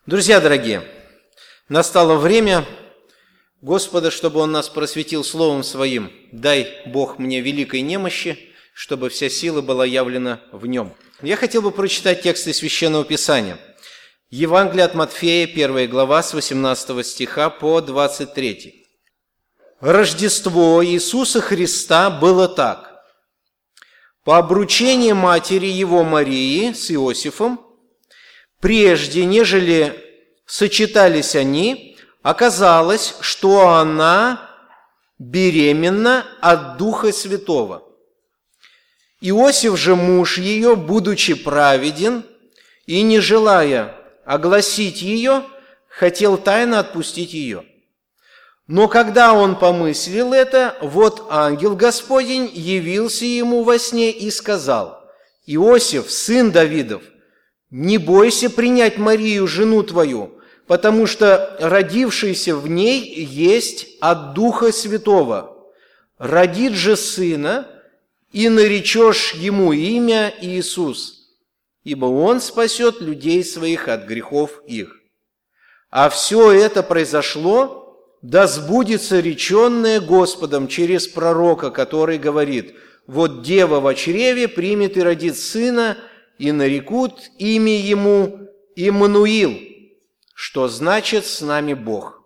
Друзья дорогие, настало время Господа, чтобы Он нас просветил Словом Своим. Дай Бог мне великой немощи, чтобы вся сила была явлена в Нем. Я хотел бы прочитать тексты Священного Писания. Евангелие от Матфея, 1 глава, с 18 стиха по 23. Рождество Иисуса Христа было так. По обручении матери Его Марии с Иосифом, прежде нежели сочетались они, оказалось, что она беременна от Духа Святого. Иосиф же, муж ее, будучи праведен и не желая огласить ее, хотел тайно отпустить ее. Но когда он помыслил это, вот ангел Господень явился ему во сне и сказал: «Иосиф, сын Давидов, не бойся принять Марию, жену твою, потому что родившийся в ней есть от Духа Святого. Родит же сына, и наречешь ему имя Иисус, ибо он спасет людей своих от грехов их. А все это произошло, да сбудется реченное Господом через пророка, который говорит: вот дева во чреве примет и родит сына, и нарекут имя ему Иммануил, что значит «с нами Бог».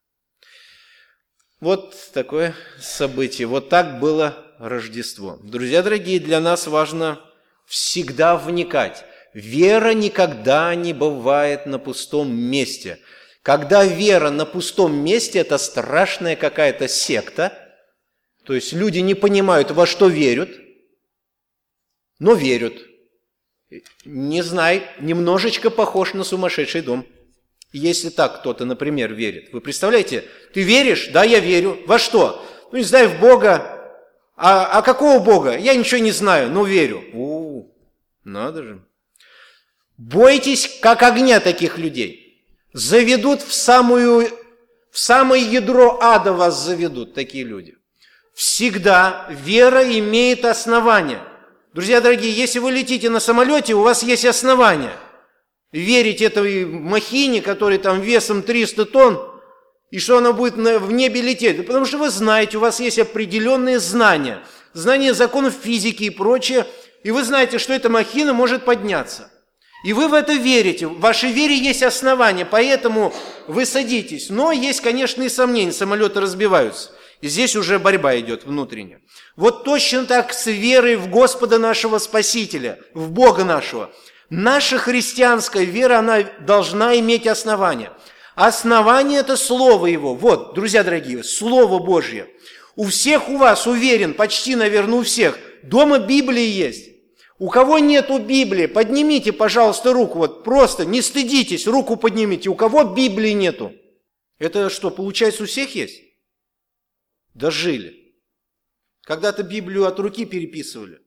Вот такое событие, вот так было Рождество. Друзья дорогие, для нас важно всегда вникать. Вера никогда не бывает на пустом месте. Когда вера на пустом месте, это страшная какая-то секта. То есть люди не понимают, во что верят, но верят. Не знаю, немножечко похож на сумасшедший дом. Если так кто-то, например, верит. Вы представляете, ты веришь? Да, я верю. Во что? Ну, не знаю, в Бога. А какого Бога? Я ничего не знаю, но верю. Надо же. Бойтесь, как огня, таких людей. Заведут в самое ядро ада вас заведут такие люди. Всегда вера имеет основание. Друзья дорогие, если вы летите на самолете, у вас есть основания верить этой махине, которая там весом 300 тонн, и что она будет в небе лететь. Потому что вы знаете, у вас есть определенные знания законов физики и прочее, и вы знаете, что эта махина может подняться. И вы в это верите, в вашей вере есть основания, поэтому вы садитесь. Но есть, конечно, и сомнения, самолеты разбиваются. И здесь уже борьба идет внутренняя. Вот точно так с верой в Господа нашего Спасителя, в Бога нашего. Наша христианская вера, она должна иметь основания. Основание – это Слово Его. Вот, друзья дорогие, Слово Божье. У всех у вас, уверен, почти, наверное, у всех, дома Библия есть. У кого нету Библии, поднимите, пожалуйста, руку. Вот просто не стыдитесь, руку поднимите. У кого Библии нету? Это что, получается, у всех есть? Дожили. Когда-то Библию от руки переписывали.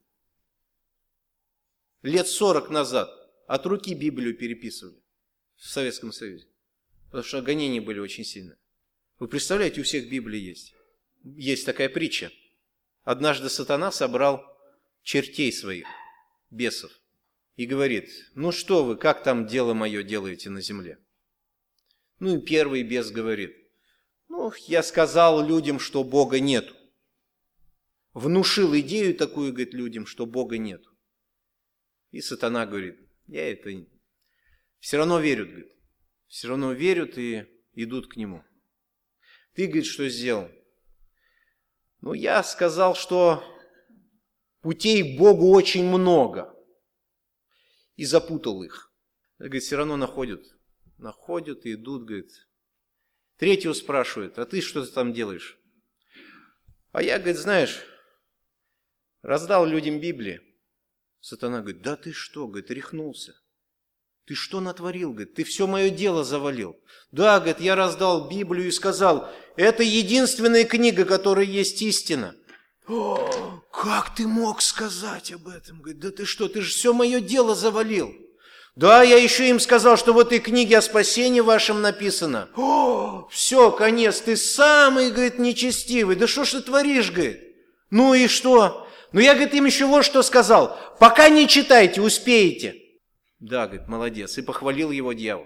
Лет 40 назад от руки Библию переписывали в Советском Союзе. Потому что гонения были очень сильные. Вы представляете, у всех Библии есть. Есть такая притча. Однажды сатана собрал чертей своих, бесов, и говорит: ну что вы, как там дело мое делаете на земле? Ну и первый бес говорит: ну, я сказал людям, что Бога нету. Внушил идею такую, говорит, людям, что Бога нету. И сатана говорит: я это все равно верят, говорит. Все равно верят и идут к нему. Ты, говорит, что сделал? Ну, я сказал, что путей к Богу очень много. И запутал их. Говорит, все равно находят. Находят и идут, говорит. Третьего спрашивает: а ты что там делаешь? А я, говорит, знаешь, раздал людям Библии. Сатана говорит: да ты что, говорит, рехнулся. Ты что натворил, говорит, ты все мое дело завалил. Да, говорит, я раздал Библию и сказал: это единственная книга, которая есть истина. О, как ты мог сказать об этом? Говорит, да ты что, ты же все мое дело завалил. Да, я еще им сказал, что в этой книге о спасении вашем написано. О, все, конец, ты самый, говорит, нечестивый. Да что ж ты творишь, говорит? Ну и что? Ну я, говорит, им еще вот что сказал. Пока не читайте, успеете. Да, говорит, молодец. И похвалил его дьявол.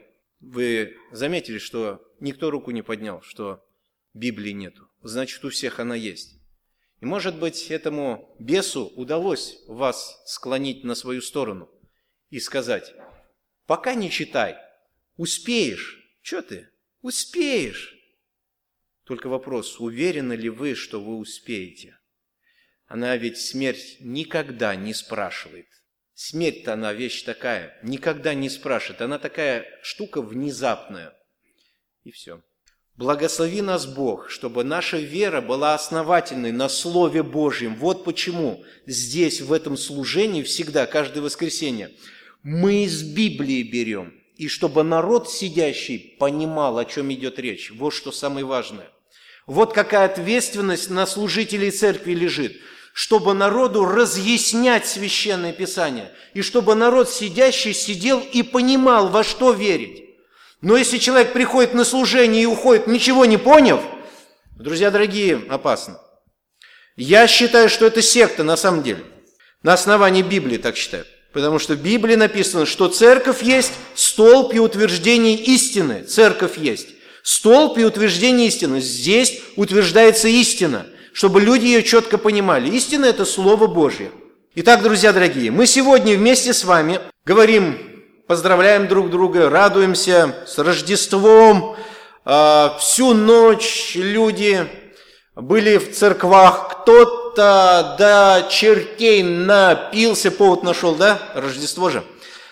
Вы заметили, что никто руку не поднял, что Библии нету. Значит, у всех она есть. И, может быть, этому бесу удалось вас склонить на свою сторону и сказать: пока не читай, успеешь. Что ты? Успеешь. Только вопрос, уверены ли вы, что вы успеете? Она ведь смерть никогда не спрашивает. Смерть-то она вещь такая, никогда не спрашивает. Она такая штука внезапная. И все. Благослови нас Бог, чтобы наша вера была основательной на Слове Божьем. Вот почему здесь, в этом служении, всегда, каждое воскресенье, мы из Библии берем. И чтобы народ сидящий понимал, о чем идет речь. Вот что самое важное. Вот какая ответственность на служителей церкви лежит. Чтобы народу разъяснять Священное Писание. И чтобы народ сидящий сидел и понимал, во что верить. Но если человек приходит на служение и уходит, ничего не поняв, друзья дорогие, опасно. Я считаю, что это секта на самом деле. На основании Библии так считаю. Потому что в Библии написано, что церковь есть столб и утверждение истины. Церковь есть столб и утверждение истины. Здесь утверждается истина, чтобы люди ее четко понимали. Истина – это Слово Божье. Итак, друзья дорогие, мы сегодня вместе с вами говорим, поздравляем друг друга, радуемся с Рождеством. Всю ночь люди были в церквах, кто-то до чертей напился, повод нашел, да? Рождество же.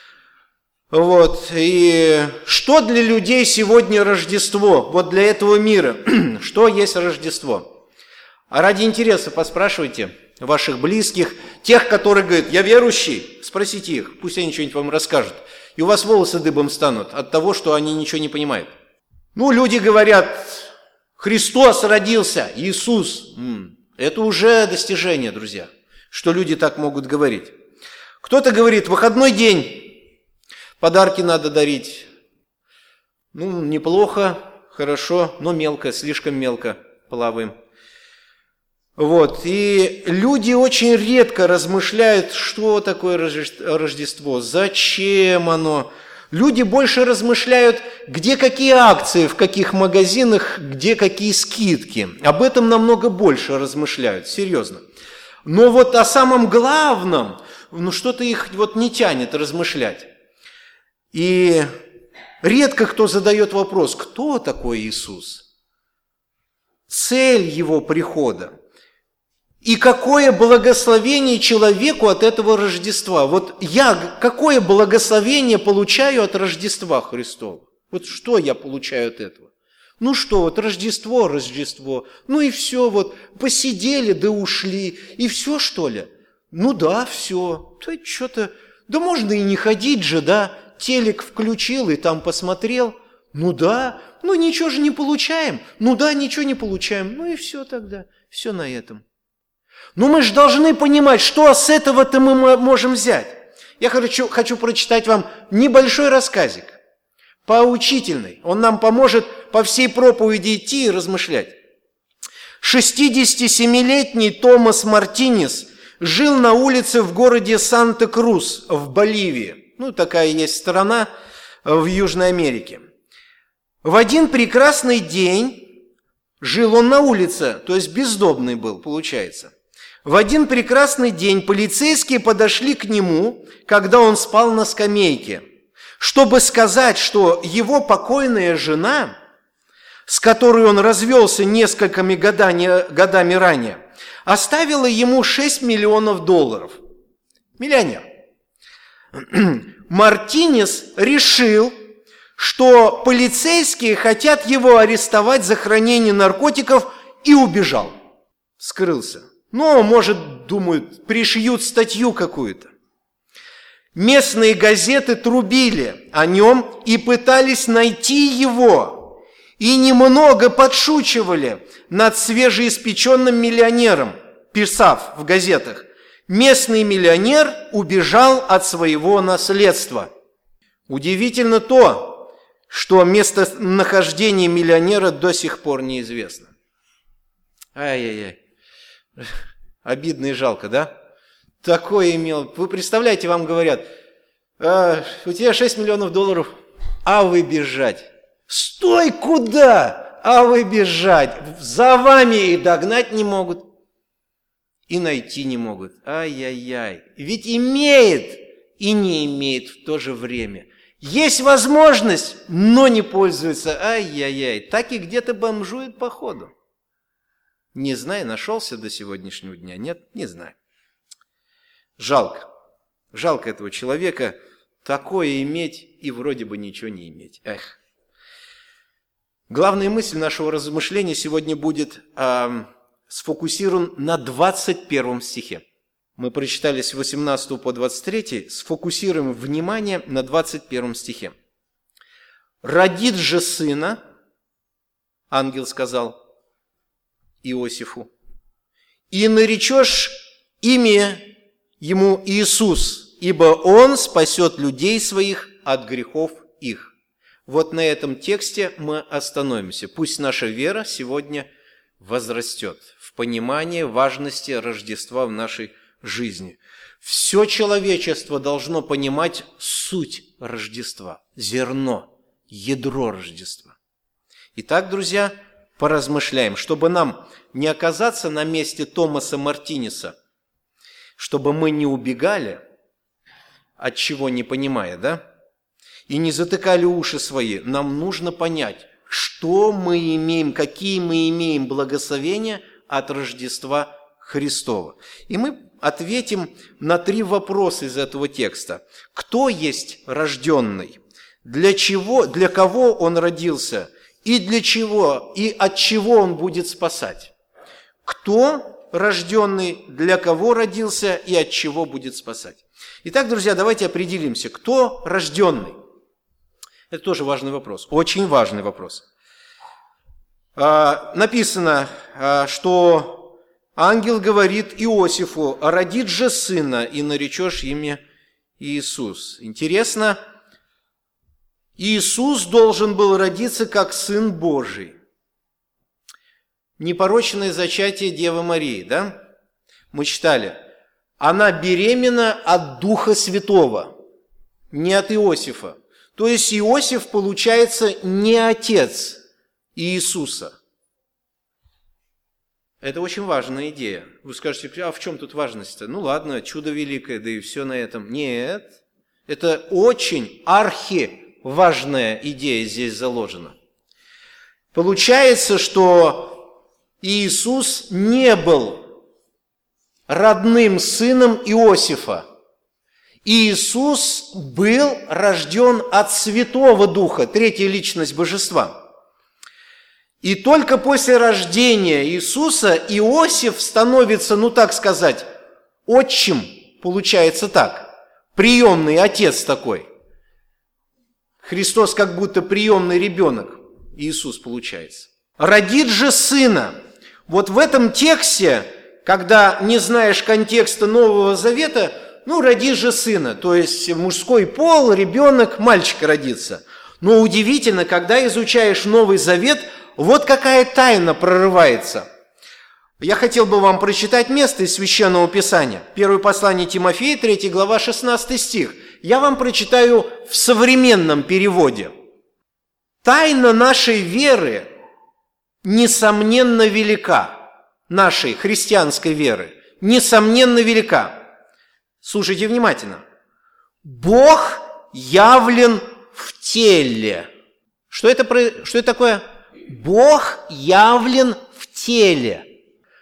Вот. И что для людей сегодня Рождество? Вот для этого мира. Что есть Рождество? А ради интереса поспрашивайте ваших близких, тех, которые говорят: я верующий, спросите их, пусть они что-нибудь вам расскажут. И у вас волосы дыбом станут от того, что они ничего не понимают. Ну, люди говорят: Христос родился, Иисус. Это уже достижение, друзья, что люди так могут говорить. Кто-то говорит: выходной день, подарки надо дарить. Ну, неплохо, хорошо, но мелко, слишком мелко плаваем. Вот, и люди очень редко размышляют, что такое Рождество, зачем оно. Люди больше размышляют, где какие акции, в каких магазинах, где какие скидки. Об этом намного больше размышляют, серьезно. Но вот о самом главном, что-то их вот не тянет размышлять. И редко кто задает вопрос: кто такой Иисус? Цель его прихода. И какое благословение человеку от этого Рождества? Вот я какое благословение получаю от Рождества Христова? Вот что я получаю от этого? Ну что, вот Рождество, ну и все, вот посидели да ушли, и все что ли? Ну да, все, то что-то, да можно и не ходить же, да, телек включил и там посмотрел, ну да, ну ничего же не получаем, ну да, ничего не получаем, ну и все тогда, все на этом. Но мы же должны понимать, что с этого-то мы можем взять. Я хочу прочитать вам небольшой рассказик, поучительный. Он нам поможет по всей проповеди идти и размышлять. 67-летний Томас Мартинес жил на улице в городе Санта-Крус в Боливии. Ну, такая есть страна в Южной Америке. В один прекрасный день жил он на улице, то есть бездомный был, получается. В один прекрасный день полицейские подошли к нему, когда он спал на скамейке, чтобы сказать, что его покойная жена, с которой он развелся несколькими годами ранее, оставила ему $6 миллионов. Миллионер. Мартинес решил, что полицейские хотят его арестовать за хранение наркотиков, и убежал. Скрылся. Но, может, думают, пришьют статью какую-то. Местные газеты трубили о нем и пытались найти его. И немного подшучивали над свежеиспеченным миллионером, писав в газетах: местный миллионер убежал от своего наследства. Удивительно то, что местонахождение миллионера до сих пор неизвестно. Ай-яй-яй. Обидно и жалко, да? Такое имел. Вы представляете, вам говорят: у тебя $6 миллионов, а вы бежать. Стой, куда? А вы бежать. За вами и догнать не могут, и найти не могут. Ай-яй-яй. Ведь имеет и не имеет в то же время. Есть возможность, но не пользуется. Ай-яй-яй. Так и где-то бомжует по ходу. Не знаю, нашелся до сегодняшнего дня. Нет, не знаю. Жалко. Жалко этого человека такое иметь и вроде бы ничего не иметь. Эх. Главная мысль нашего размышления сегодня будет сфокусирован на 21 стихе. Мы прочитали с 18 по 23, сфокусируем внимание на 21 стихе. «Родит же сына, ангел сказал Иосифу, и наречешь имя ему Иисус, ибо он спасет людей своих от грехов их». Вот на этом тексте мы остановимся. Пусть наша вера сегодня возрастет в понимании важности Рождества в нашей жизни. Все человечество должно понимать суть Рождества, зерно, ядро Рождества. Итак, друзья, поразмышляем, чтобы нам не оказаться на месте Томаса Мартинеса, чтобы мы не убегали, от чего не понимая, да? И не затыкали уши свои. Нам нужно понять, что мы имеем, какие мы имеем благословения от Рождества Христова. И мы ответим на 3 вопроса из этого текста. Кто есть рожденный? Для чего, для кого он родился? И для чего, и от чего он будет спасать? Кто рожденный, для кого родился и от чего будет спасать? Итак, друзья, давайте определимся, кто рожденный. Это тоже важный вопрос, очень важный вопрос. Написано, что ангел говорит Иосифу: «Родит же сына, и наречешь имя Иисус». Интересно, Иисус должен был родиться как Сын Божий. Непорочное зачатие Девы Марии, да? Мы читали. Она беременна от Духа Святого, не от Иосифа. То есть Иосиф, получается, не отец Иисуса. Это очень важная идея. Вы скажете, а в чем тут важность-то? Ну ладно, чудо великое, да и все на этом. Нет, это очень архиважная идея здесь заложена. Получается, что Иисус не был родным сыном Иосифа. Иисус был рожден от Святого Духа, 3-я личность Божества. И только после рождения Иисуса Иосиф становится, ну так сказать, отчим, получается так, приемный отец такой. Христос как будто приемный ребенок, Иисус получается. Родит же сына. Вот в этом тексте, когда не знаешь контекста Нового Завета, ну, роди же сына, то есть мужской пол, ребенок, мальчик родится. Но удивительно, когда изучаешь Новый Завет, вот какая тайна прорывается. Я хотел бы вам прочитать место из Священного Писания. Первое послание Тимофея, 3 глава, 16 стих. Я вам прочитаю в современном переводе. «Тайна нашей веры несомненно велика». Нашей христианской веры несомненно велика. Слушайте внимательно. Бог явлен в теле. Что это такое? Бог явлен в теле.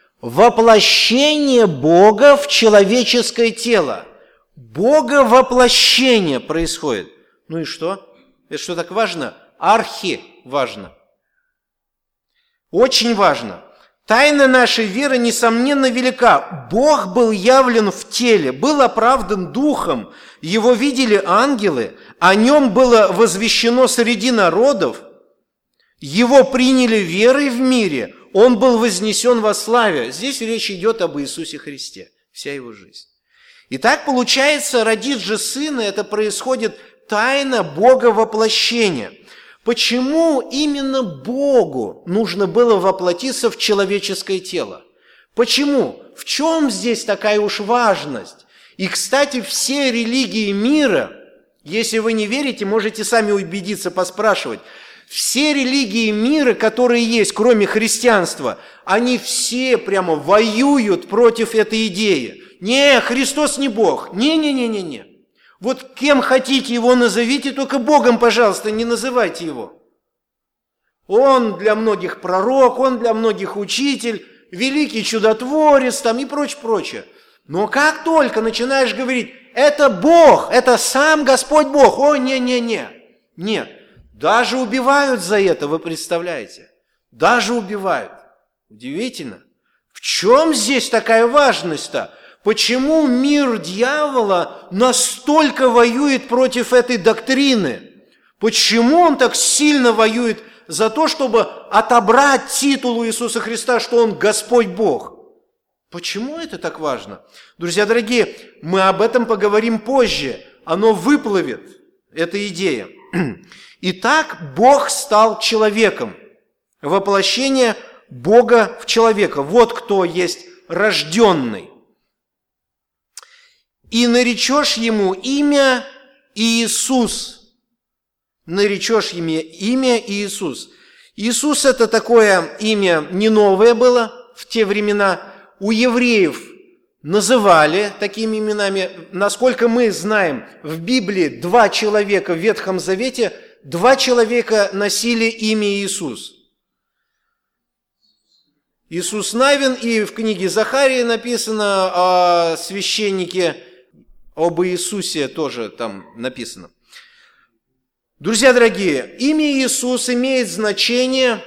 Воплощение Бога в человеческое тело. Боговоплощение происходит. Ну и что? Это что так важно? Архиважно. Очень важно. Тайна нашей веры, несомненно, велика. Бог был явлен в теле, был оправдан Духом, Его видели ангелы, о Нем было возвещено среди народов, Его приняли верой в мире, Он был вознесен во славе. Здесь речь идет об Иисусе Христе, вся Его жизнь. Итак, получается, родит же Сына, это происходит тайна Бога воплощения. Почему именно Богу нужно было воплотиться в человеческое тело? Почему? В чем здесь такая уж важность? И, кстати, все религии мира Если вы не верите, можете сами убедиться, поспрашивать. Все религии мира, которые есть, кроме христианства, они все прямо воюют против этой идеи. Не, Христос не Бог. Не. Вот кем хотите его назовите, только Богом, пожалуйста, не называйте его. Он для многих пророк, он для многих учитель, великий чудотворец там и прочее. Но как только начинаешь говорить, это Бог, это сам Господь Бог, нет. Даже убивают за это, вы представляете? Даже убивают. Удивительно. В чем здесь такая важность-то? Почему мир дьявола настолько воюет против этой доктрины? Почему он так сильно воюет за то, чтобы отобрать титул у Иисуса Христа, что Он Господь Бог? Почему это так важно? Друзья дорогие, мы об этом поговорим позже. Оно выплывет, эта идея. Итак, Бог стал человеком. Воплощение Бога в человека. Вот кто есть рожденный. И наречешь ему имя Иисус. Наречешь ему имя Иисус. Иисус – это такое имя не новое было в те времена. У евреев называли такими именами. Насколько мы знаем, в Библии 2 человека в Ветхом Завете, 2 человека носили имя Иисус. Иисус Навин, и в книге Захарии написано о священнике, об Иисусе тоже там написано. Друзья дорогие, имя Иисус имеет значение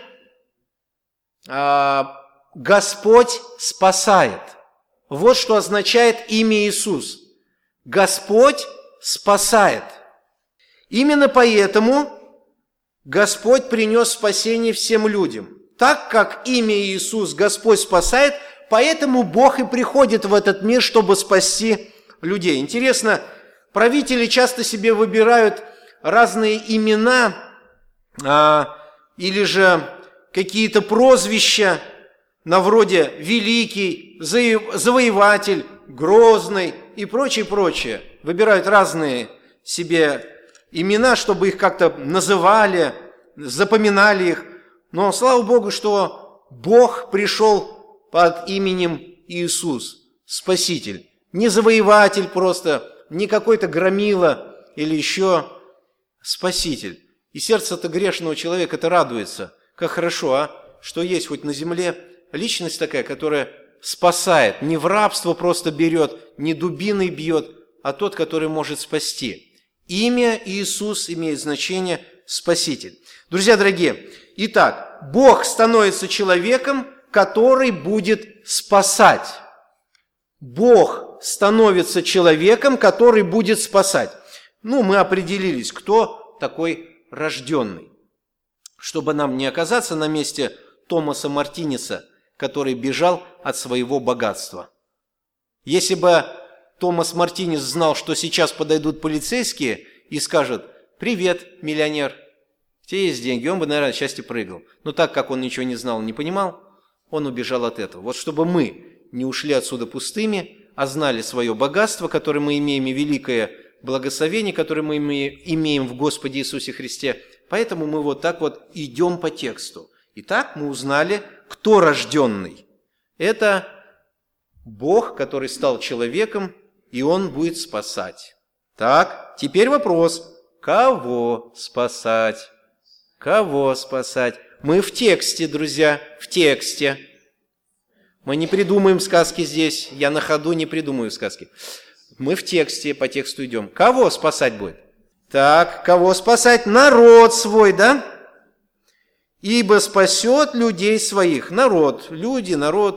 «Господь спасает». Вот что означает имя Иисус. Господь спасает. Именно поэтому Господь принес спасение всем людям. Так как имя Иисус Господь спасает, поэтому Бог и приходит в этот мир, чтобы спасти людей. Интересно, правители часто себе выбирают разные имена или же какие-то прозвища на вроде «великий», «завоеватель», «грозный» и прочее. Выбирают разные себе имена, чтобы их как-то называли, запоминали их. Но слава Богу, что Бог пришел под именем Иисус, Спаситель. Не завоеватель просто, не какой-то громила или еще Спаситель. И сердце-то грешного человека-то радуется. Как хорошо, что есть хоть на земле личность такая, которая спасает. Не в рабство просто берет, не дубиной бьет, а тот, который может спасти. Имя Иисус имеет значение Спаситель. Друзья дорогие, итак, Бог становится человеком, который будет спасать. Бог становится человеком, который будет спасать. Мы определились, кто такой рожденный. Чтобы нам не оказаться на месте Томаса Мартинеса, который бежал от своего богатства. Если бы Томас Мартинес знал, что сейчас подойдут полицейские и скажут: «Привет, миллионер, у тебя есть деньги», он бы, наверное, от счастья прыгал. Но так как он ничего не знал, не понимал, он убежал от этого. Вот чтобы мы не ушли отсюда пустыми, а знали свое богатство, которое мы имеем, и великое благословение, которое мы имеем в Господе Иисусе Христе. Поэтому мы вот так вот идем по тексту. Итак, мы узнали, кто рожденный. Это Бог, который стал человеком, и Он будет спасать. Так, теперь вопрос. Кого спасать? Кого спасать? Мы в тексте, друзья, в тексте. Мы не придумаем сказки здесь. Я на ходу не придумаю сказки. Мы в тексте, по тексту идем. Кого спасать будет? Так, кого спасать? Народ свой, да? Ибо спасет людей своих. Народ, люди, народ.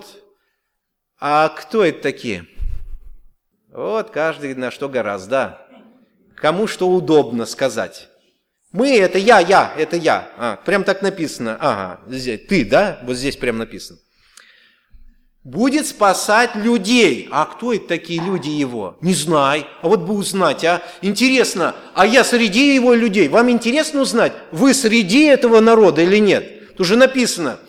А кто это такие? Вот каждый на что гораздо, да. Кому что удобно сказать. Мы, это я, это я. Прям так написано. Ага, здесь, ты, да? Вот здесь прям написано. Будет спасать людей. А кто это такие люди его? Не знаю. А вот бы узнать, а? Интересно, а я среди его людей? Вам интересно узнать, вы среди этого народа или нет? Тут же написано,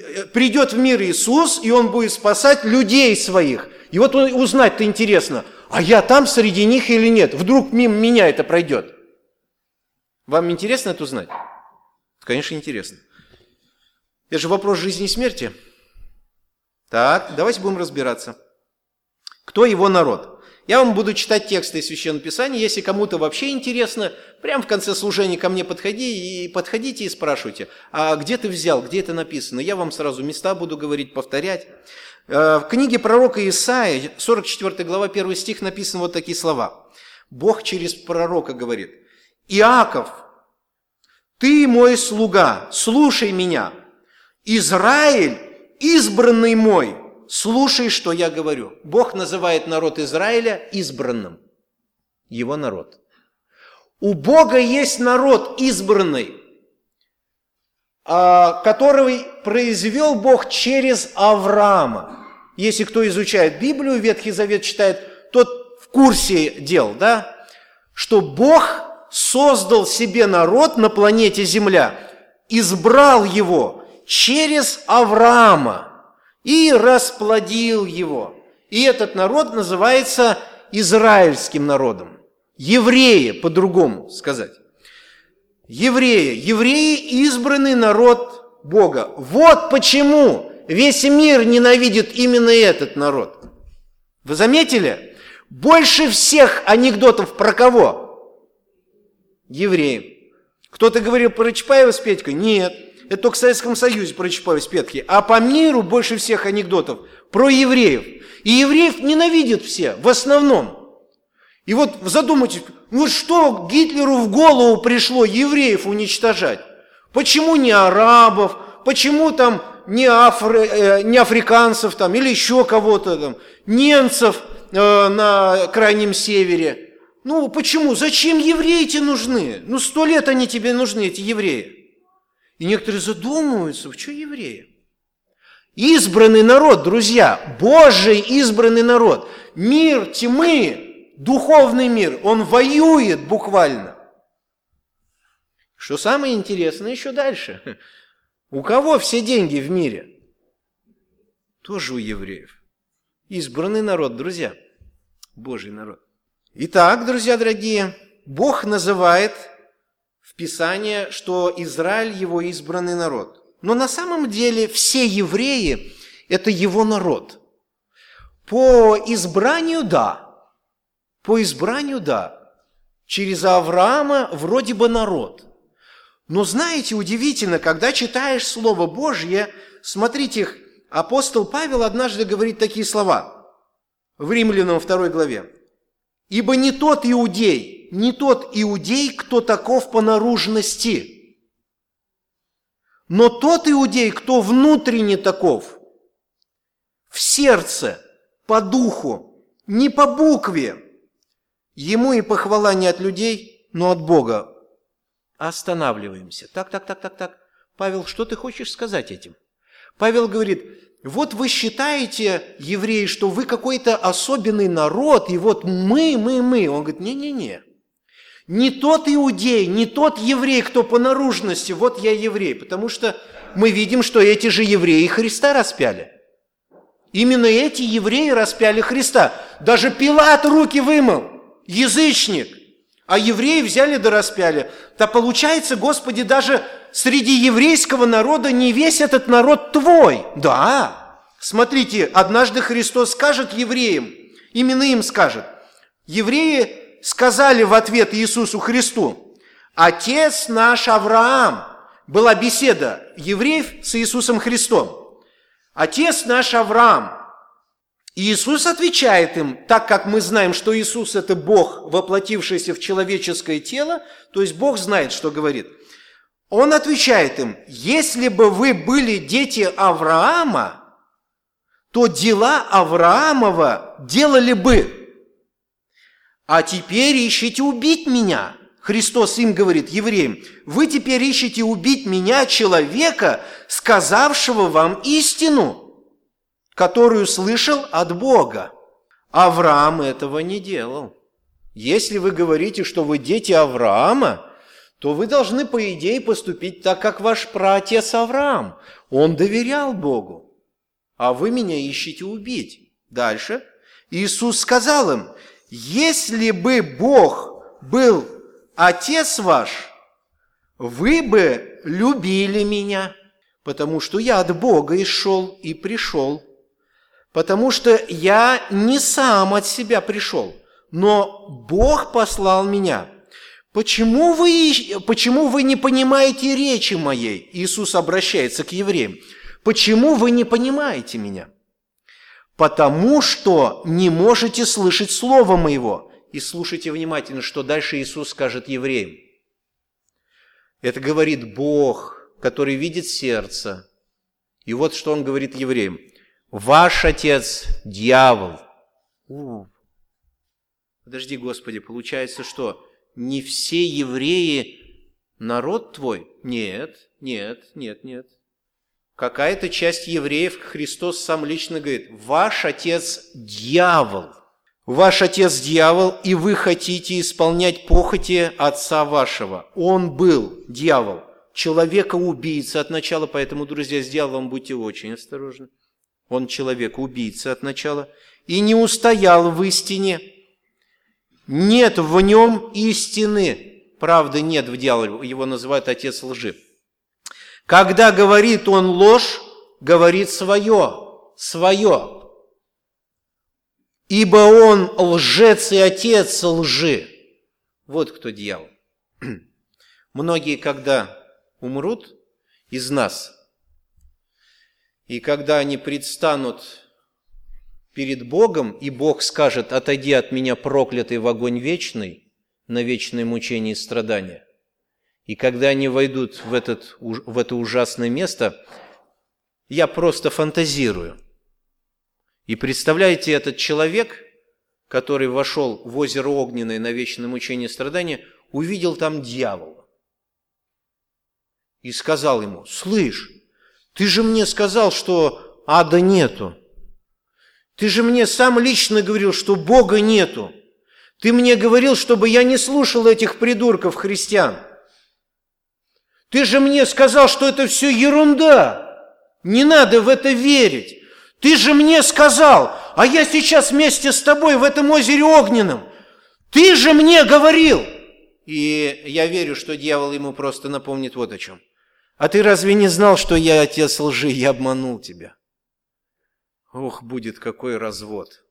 придет в мир Иисус, и Он будет спасать людей своих. И вот узнать-то интересно, а я там среди них или нет? Вдруг мимо меня это пройдет? Вам интересно это узнать? Конечно, интересно. Это же вопрос жизни и смерти. Так, давайте будем разбираться. Кто его народ? Я вам буду читать тексты из Священного Писания. Если кому-то вообще интересно, прямо в конце служения ко мне подходите и спрашивайте, а где ты взял, где это написано? Я вам сразу места буду говорить, повторять. В книге пророка Исаии, 44 глава, 1 стих, написаны вот такие слова. Бог через пророка говорит: «Иаков, ты мой слуга, слушай меня. Израиль, избранный мой, слушай, что я говорю». Бог называет народ Израиля избранным. Его народ. У Бога есть народ избранный, который произвел Бог через Авраама. Если кто изучает Библию, Ветхий Завет читает, тот в курсе дел, да? Что Бог создал себе народ на планете Земля, избрал его через Авраама и расплодил его. И этот народ называется израильским народом. Евреи, по-другому сказать. Евреи – избранный народ Бога. Вот почему весь мир ненавидит именно этот народ. Вы заметили? Больше всех анекдотов про кого? Евреи. Кто-то говорил про Чапаева с Петькой? Нет. Это только в Советском Союзе про Чапаева с Петькой. А по миру больше всех анекдотов про евреев. И евреев ненавидят все, в основном. И вот задумайтесь, ну что Гитлеру в голову пришло евреев уничтожать? Почему не арабов? Почему там не африканцев там, или еще кого-то там, немцев на Крайнем Севере? Ну почему? Зачем евреи тебе нужны? 100 лет они тебе нужны, эти евреи. И некоторые задумываются, что евреи? Избранный народ, друзья, Божий избранный народ. Мир тьмы, духовный мир, он воюет буквально. Что самое интересное еще дальше. У кого все деньги в мире? Тоже у евреев. Избранный народ, друзья. Божий народ. Итак, друзья дорогие, Бог называет в Писании, что Израиль его избранный народ. Но на самом деле все евреи – это его народ. По избранию – да. По избранию – да. Через Авраама вроде бы народ. Но знаете, удивительно, когда читаешь Слово Божье, смотрите, апостол Павел однажды говорит такие слова в Римлянам 2 главе. «Ибо не тот иудей, кто таков по наружности, но тот иудей, кто внутренне таков, в сердце, по духу, не по букве. Ему и похвала не от людей, но от Бога». Останавливаемся. Так. Павел, что ты хочешь сказать этим? Павел говорит, вот вы считаете, евреи, что вы какой-то особенный народ, и вот мы. Он говорит, не-не-не. Не тот иудей, не тот еврей, кто по наружности, вот я еврей. Потому что мы видим, что эти же евреи Христа распяли. Именно эти евреи распяли Христа. Даже Пилат руки вымыл, язычник. А евреи взяли да распяли. Да получается, Господи, даже среди еврейского народа не весь этот народ твой. Да, смотрите, однажды Христос скажет евреям, именно им скажет. Евреи сказали в ответ Иисусу Христу: «Отец наш Авраам». Была беседа евреев с Иисусом Христом. «Отец наш Авраам». И Иисус отвечает им, так как мы знаем, что Иисус – это Бог, воплотившийся в человеческое тело, то есть Бог знает, что говорит. Он отвечает им: «Если бы вы были дети Авраама, то дела Авраамова делали бы. А теперь ищете убить меня». Христос им говорит, евреям: «Вы теперь ищете убить меня, человека, сказавшего вам истину, которую слышал от Бога. Авраам этого не делал». Если вы говорите, что вы дети Авраама, то вы должны, по идее, поступить так, как ваш праотец Авраам. Он доверял Богу, а вы меня ищете убить. Дальше. Иисус сказал им: если бы Бог был Отец ваш, вы бы любили меня, потому что я от Бога и шел, и пришел. Потому что я не сам от себя пришел, но Бог послал меня. Почему вы не понимаете речи моей? Иисус обращается к евреям. Почему вы не понимаете меня? Потому что не можете слышать слова моего. И слушайте внимательно, что дальше Иисус скажет евреям. Это говорит Бог, который видит сердце. И вот что Он говорит евреям. Ваш отец – дьявол. Подожди, Господи, получается, что не все евреи – народ Твой? Нет. Какая-то часть евреев, Христос сам лично говорит, ваш отец – дьявол. Ваш отец – дьявол, и вы хотите исполнять похоти отца вашего. Он был дьявол, человека-убийца от начала, поэтому, друзья, с дьяволом будьте очень осторожны. Он человек-убийца от начала, и не устоял в истине. Нет в нем истины. Правды нет в дьяволе, его называют отец лжи. Когда говорит он ложь, говорит свое. Ибо он лжец и отец лжи. Вот кто дьявол. Многие, когда умрут из нас, и когда они предстанут перед Богом, и Бог скажет, отойди от меня, проклятый, в огонь вечный, на вечное мучение и страдания, и когда они войдут в это ужасное место, я просто фантазирую. И представляете, этот человек, который вошел в озеро Огненное на вечное мучение и страдания, увидел там дьявола. И сказал ему, слышь, ты же мне сказал, что ада нету. Ты же мне сам лично говорил, что Бога нету. Ты мне говорил, чтобы я не слушал этих придурков христиан. Ты же мне сказал, что это все ерунда. Не надо в это верить. Ты же мне сказал, а я сейчас вместе с тобой в этом озере Огненном. Ты же мне говорил. И я верю, что дьявол ему просто напомнит вот о чем. А ты разве не знал, что я отец лжи, я обманул тебя? Ох, будет какой развод.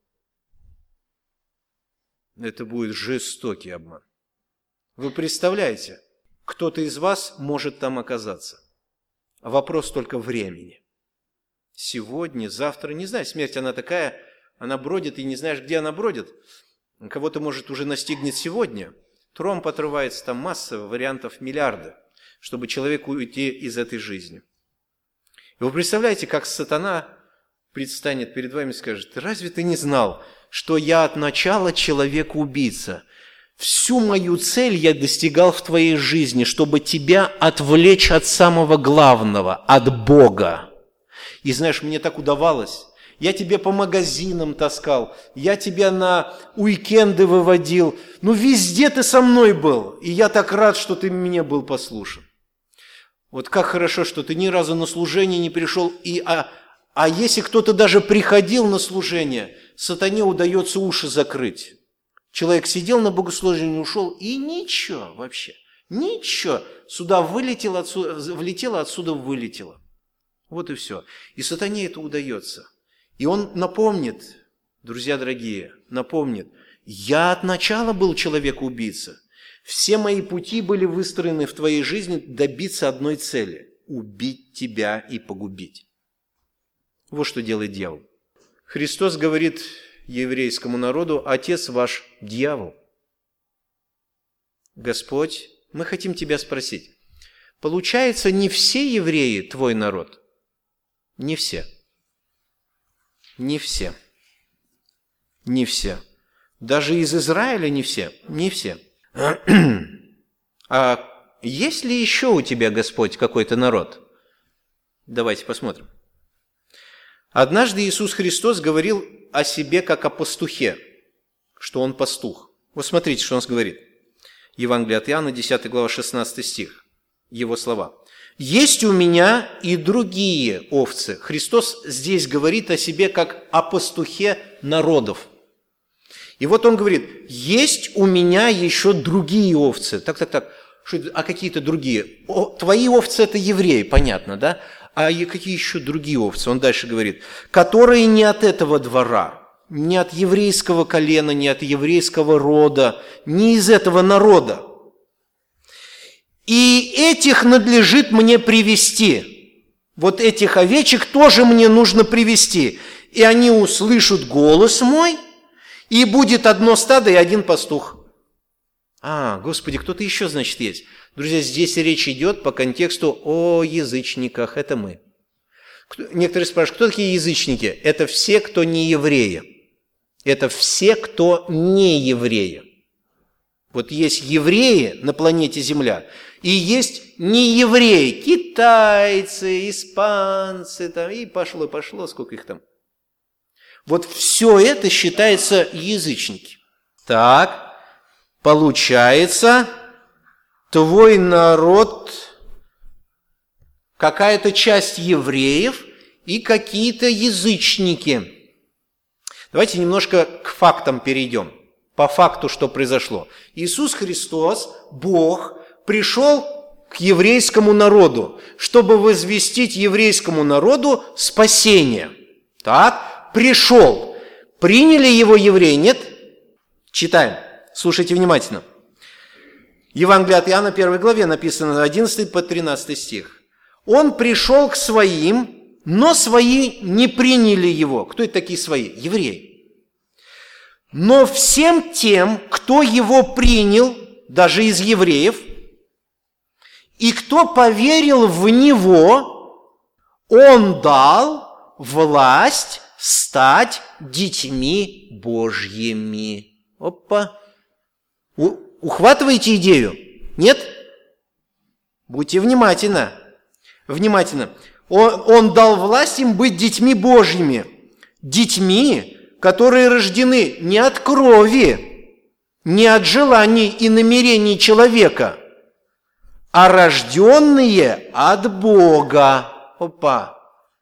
Это будет жестокий обман. Вы представляете, кто-то из вас может там оказаться. Вопрос только времени. Сегодня, завтра, не знаю, смерть она такая, она бродит, и не знаешь, где она бродит. Кого-то, может, уже настигнет сегодня. Тромб отрывается, там масса вариантов, миллиарды, чтобы человеку уйти из этой жизни. И вы представляете, как сатана предстанет перед вами и скажет, разве ты не знал, что я от начала человек-убийца? Всю мою цель я достигал в твоей жизни, чтобы тебя отвлечь от самого главного, от Бога. И знаешь, мне так удавалось. Я тебе по магазинам таскал, я тебя на уикенды выводил. Ну, везде ты со мной был, и я так рад, что ты мне был послушен. Вот как хорошо, что ты ни разу на служение не пришел, а если кто-то даже приходил на служение, сатане удается уши закрыть. Человек сидел на богослужении, ушел, и ничего вообще, ничего. Сюда влетело, отсюда вылетело. Вот и все. И сатане это удается. И он напомнит, друзья дорогие, напомнит, я от начала был человек-убийца. Все мои пути были выстроены в твоей жизни добиться одной цели – убить тебя и погубить. Вот что делает дьявол. Христос говорит еврейскому народу, отец ваш – дьявол. Господь, мы хотим тебя спросить, получается, не все евреи твой народ? Не все. Не все. Не все. Даже из Израиля не все. Не все. А есть ли еще у тебя, Господь, какой-то народ? Давайте посмотрим. Однажды Иисус Христос говорил о себе как о пастухе, что Он пастух. Вот смотрите, что Он говорит. Евангелие от Иоанна, 10 глава, 16 стих. Его слова. «Есть у меня и другие овцы». Христос здесь говорит о себе как о пастухе народов. И вот он говорит, есть у меня еще другие овцы. Так. А какие-то другие? Твои овцы – это евреи, понятно, да? А какие еще другие овцы? Он дальше говорит, которые не от этого двора, не от еврейского колена, не от еврейского рода, не из этого народа. И этих надлежит мне привести. Вот этих овечек тоже мне нужно привести. И они услышат голос мой, и будет одно стадо и один пастух. Господи, кто-то еще, значит, есть. Друзья, здесь речь идет по контексту о язычниках. Это мы. Некоторые спрашивают, кто такие язычники? Это все, кто не евреи. Это все, кто не евреи. Вот есть евреи на планете Земля, и есть не евреи, китайцы, испанцы, там, и пошло, сколько их там. Вот все это считается язычники. Так, получается, твой народ, какая-то часть евреев и какие-то язычники. Давайте немножко к фактам перейдем. По факту, что произошло. Иисус Христос, Бог, пришел к еврейскому народу, чтобы возвестить еврейскому народу спасение. Так, пришел. Приняли его евреи, нет? Читаем. Слушайте внимательно. Евангелие от Иоанна, 1 главе, написано 11 по 13 стих. Он пришел к своим, но свои не приняли его. Кто это такие свои? Евреи. Но всем тем, кто его принял, даже из евреев, и кто поверил в него, он дал власть стать детьми Божьими. Опа! Ухватываете идею? Нет? Будьте внимательны. Внимательно. Он дал власть им быть детьми Божьими. Детьми, которые рождены не от крови, не от желаний и намерений человека, а рожденные от Бога. Опа!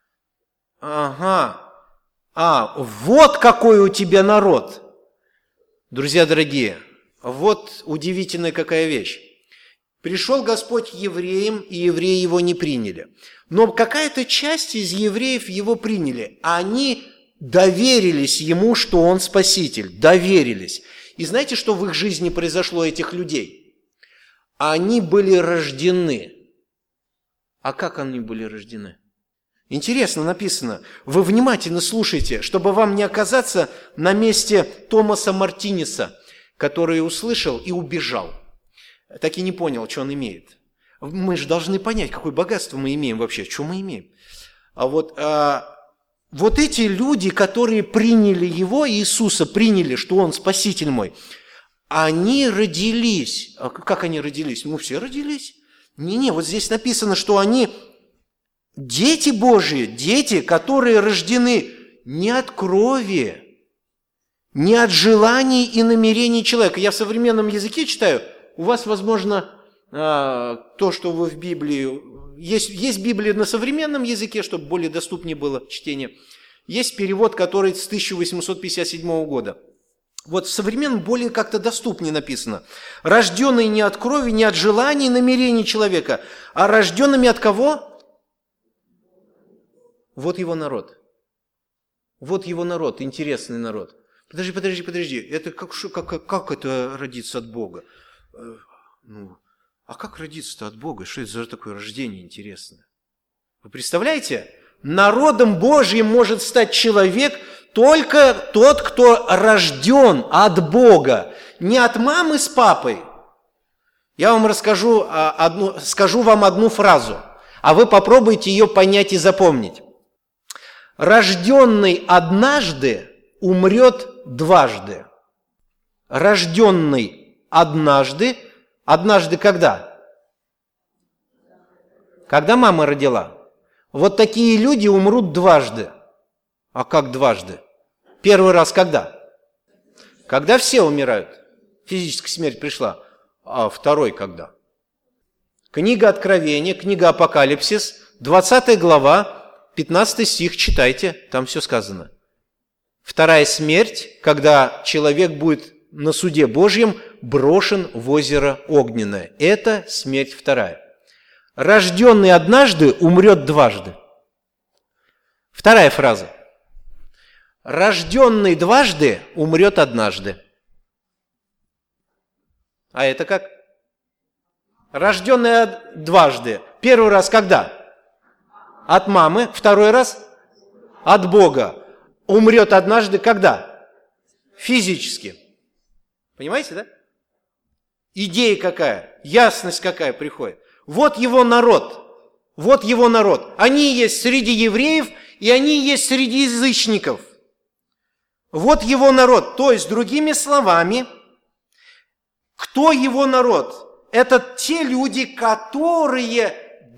Ага. Вот какой у тебя народ. Друзья дорогие, вот удивительная какая вещь. Пришел Господь к евреям, и евреи его не приняли. Но какая-то часть из евреев его приняли. Они доверились ему, что он спаситель. Доверились. И знаете, что в их жизни произошло этих людей? Они были рождены. А как они были рождены? Интересно написано. Вы внимательно слушайте, чтобы вам не оказаться на месте Томаса Мартинеса, который услышал и убежал. Так и не понял, что он имеет. Мы же должны понять, какое богатство мы имеем вообще, что мы имеем. Вот эти люди, которые приняли его, Иисуса, приняли, что он спаситель мой, они родились. А как они родились? Все родились. Вот здесь написано, что они дети Божьи, дети, которые рождены не от крови, не от желаний и намерений человека. Я в современном языке читаю. У вас, возможно, то, что вы в Библии... Есть Библия на современном языке, чтобы более доступнее было чтение. Есть перевод, который с 1857 года. Вот в современном более как-то доступнее написано. Рожденный не от крови, не от желаний и намерений человека, а рожденными от кого? Вот его народ. Вот его народ, интересный народ. Подожди. Это как это родиться от Бога? А как родиться-то от Бога? Что это за такое рождение интересное? Вы представляете? Народом Божьим может стать человек только тот, кто рожден от Бога, не от мамы с папой. Я вам скажу вам одну фразу, а вы попробуйте ее понять и запомнить. Рожденный однажды умрет дважды. Рожденный однажды когда? Когда мама родила. Вот такие люди умрут дважды. А как дважды? Первый раз когда? Когда все умирают. Физическая смерть пришла. А второй когда? Книга Откровения, книга Апокалипсис, 20 глава, 15 стих, читайте, там все сказано. Вторая смерть, когда человек будет на суде Божьем брошен в озеро огненное. Это смерть вторая. Рожденный однажды умрет дважды. Вторая фраза. Рожденный дважды умрет однажды. А это как? Рожденный дважды. Первый раз когда? От мамы. Второй раз? От Бога. Умрет однажды когда? Физически. Понимаете, да? Идея какая, ясность какая приходит. Вот его народ. Вот его народ. Они есть среди евреев, и они есть среди язычников. Вот его народ. То есть, другими словами, кто его народ? Это те люди, которые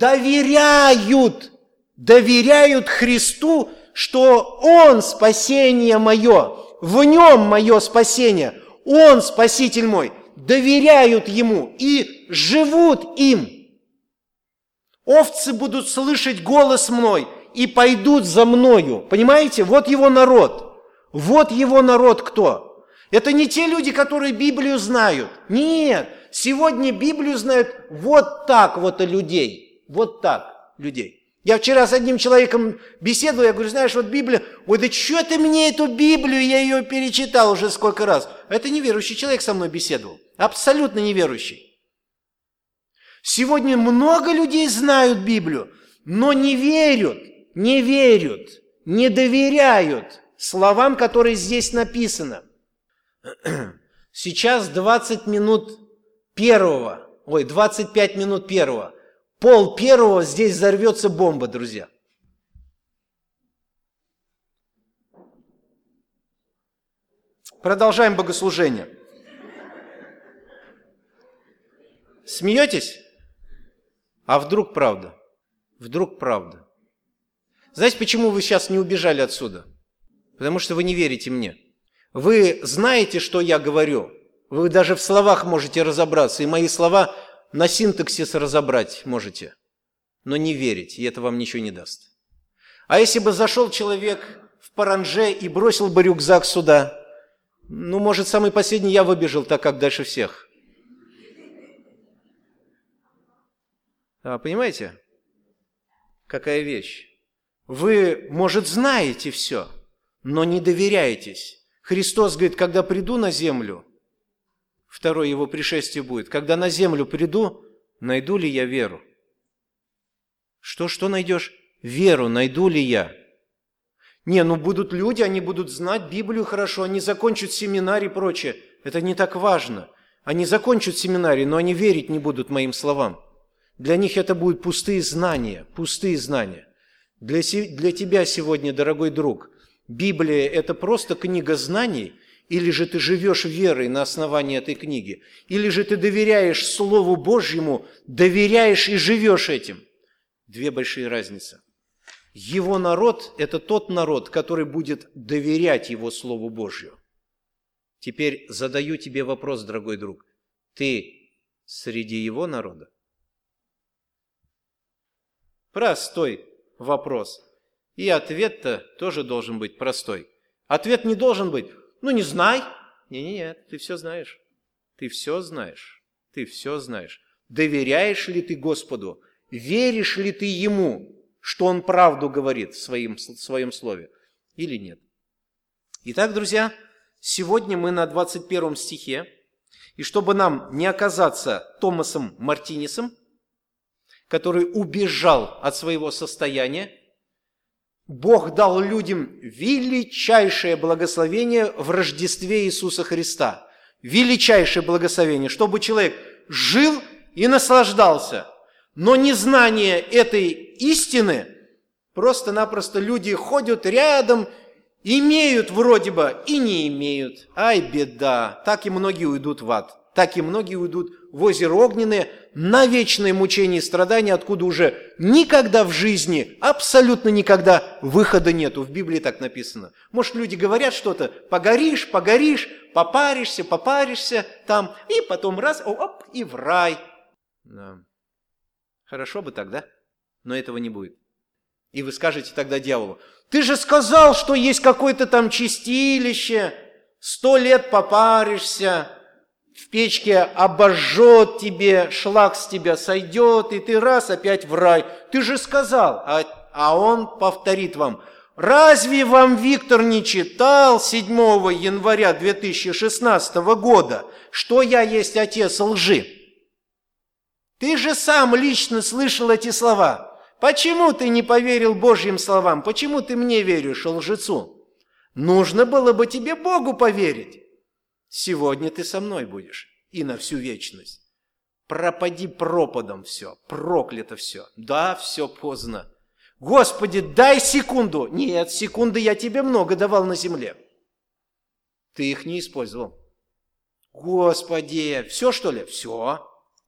доверяют Христу, что Он спасение мое, в Нем мое спасение, Он Спаситель мой, доверяют Ему и живут им. Овцы будут слышать голос мой и пойдут за мною. Понимаете? Вот его народ. Вот его народ кто? Это не те люди, которые Библию знают. Нет, сегодня Библию знают вот так вот людей. Вот так людей. Я вчера с одним человеком беседовал, я говорю, знаешь, вот Библия, ой, да что ты мне эту Библию, я ее перечитал уже сколько раз. Это неверующий человек со мной беседовал, абсолютно неверующий. Сегодня много людей знают Библию, но не верят, не доверяют словам, которые здесь написаны. Сейчас 25 минут первого. Пол первого здесь взорвется бомба, друзья. Продолжаем богослужение. Смеетесь? А вдруг правда? Вдруг правда? Знаете, почему вы сейчас не убежали отсюда? Потому что вы не верите мне. Вы знаете, что я говорю. Вы даже в словах можете разобраться, и мои слова на синтаксис разобрать можете, но не верите, и это вам ничего не даст. А если бы зашел человек в паранже и бросил бы рюкзак сюда, может, самый последний я выбежал, так как дальше всех. Понимаете, какая вещь? Вы, может, знаете все, но не доверяетесь. Христос говорит, когда приду на землю, второе его пришествие будет. Когда на землю приду, найду ли я веру? Что найдешь? Веру найду ли я? Будут люди, они будут знать Библию хорошо, они закончат семинарий и прочее. Это не так важно. Они закончат семинарий, но они верить не будут моим словам. Для них это будут пустые знания. Для тебя сегодня, дорогой друг, Библия – это просто книга знаний, или же ты живешь верой на основании этой книги, или же ты доверяешь Слову Божьему, доверяешь и живешь этим. Две большие разницы. Его народ – это тот народ, который будет доверять Его Слову Божью. Теперь задаю тебе вопрос, дорогой друг. Ты среди Его народа? Простой вопрос. И ответ-то тоже должен быть простой. Ответ не должен быть не знай. Нет, ты все знаешь. Ты все знаешь. Доверяешь ли ты Господу? Веришь ли ты Ему, что Он правду говорит в своем слове? Или нет? Итак, друзья, сегодня мы на 21 стихе. И чтобы нам не оказаться Томасом Мартинесом, который убежал от своего состояния, Бог дал людям величайшее благословение в Рождестве Иисуса Христа. Величайшее благословение, чтобы человек жил и наслаждался. Но незнание этой истины, просто-напросто люди ходят рядом, имеют вроде бы и не имеют. Ай, беда, так и многие уйдут в ад. Так и многие уйдут в озеро огненное на вечное мучение и страдания, откуда уже никогда в жизни, абсолютно никогда выхода нету. В Библии так написано. Может, люди говорят что-то, погоришь, попаришься там, и потом раз, и в рай. Да. Хорошо бы тогда, но этого не будет. И вы скажете тогда дьяволу: ты же сказал, что есть какое-то там чистилище, 100 лет попаришься, в печке обожжет тебе, шлак с тебя сойдет, и ты раз опять в рай. Ты же сказал, а он повторит вам: разве вам Виктор не читал 7 января 2016 года, что я есть отец лжи? Ты же сам лично слышал эти слова. Почему ты не поверил Божьим словам? Почему ты мне веришь, лжецу? Нужно было бы тебе Богу поверить. Сегодня ты со мной будешь и на всю вечность. Пропади пропадом все, проклято все. Да, все поздно. Господи, дай секунду. Нет, секунды я тебе много давал на земле. Ты их не использовал. Господи, все что ли? Все.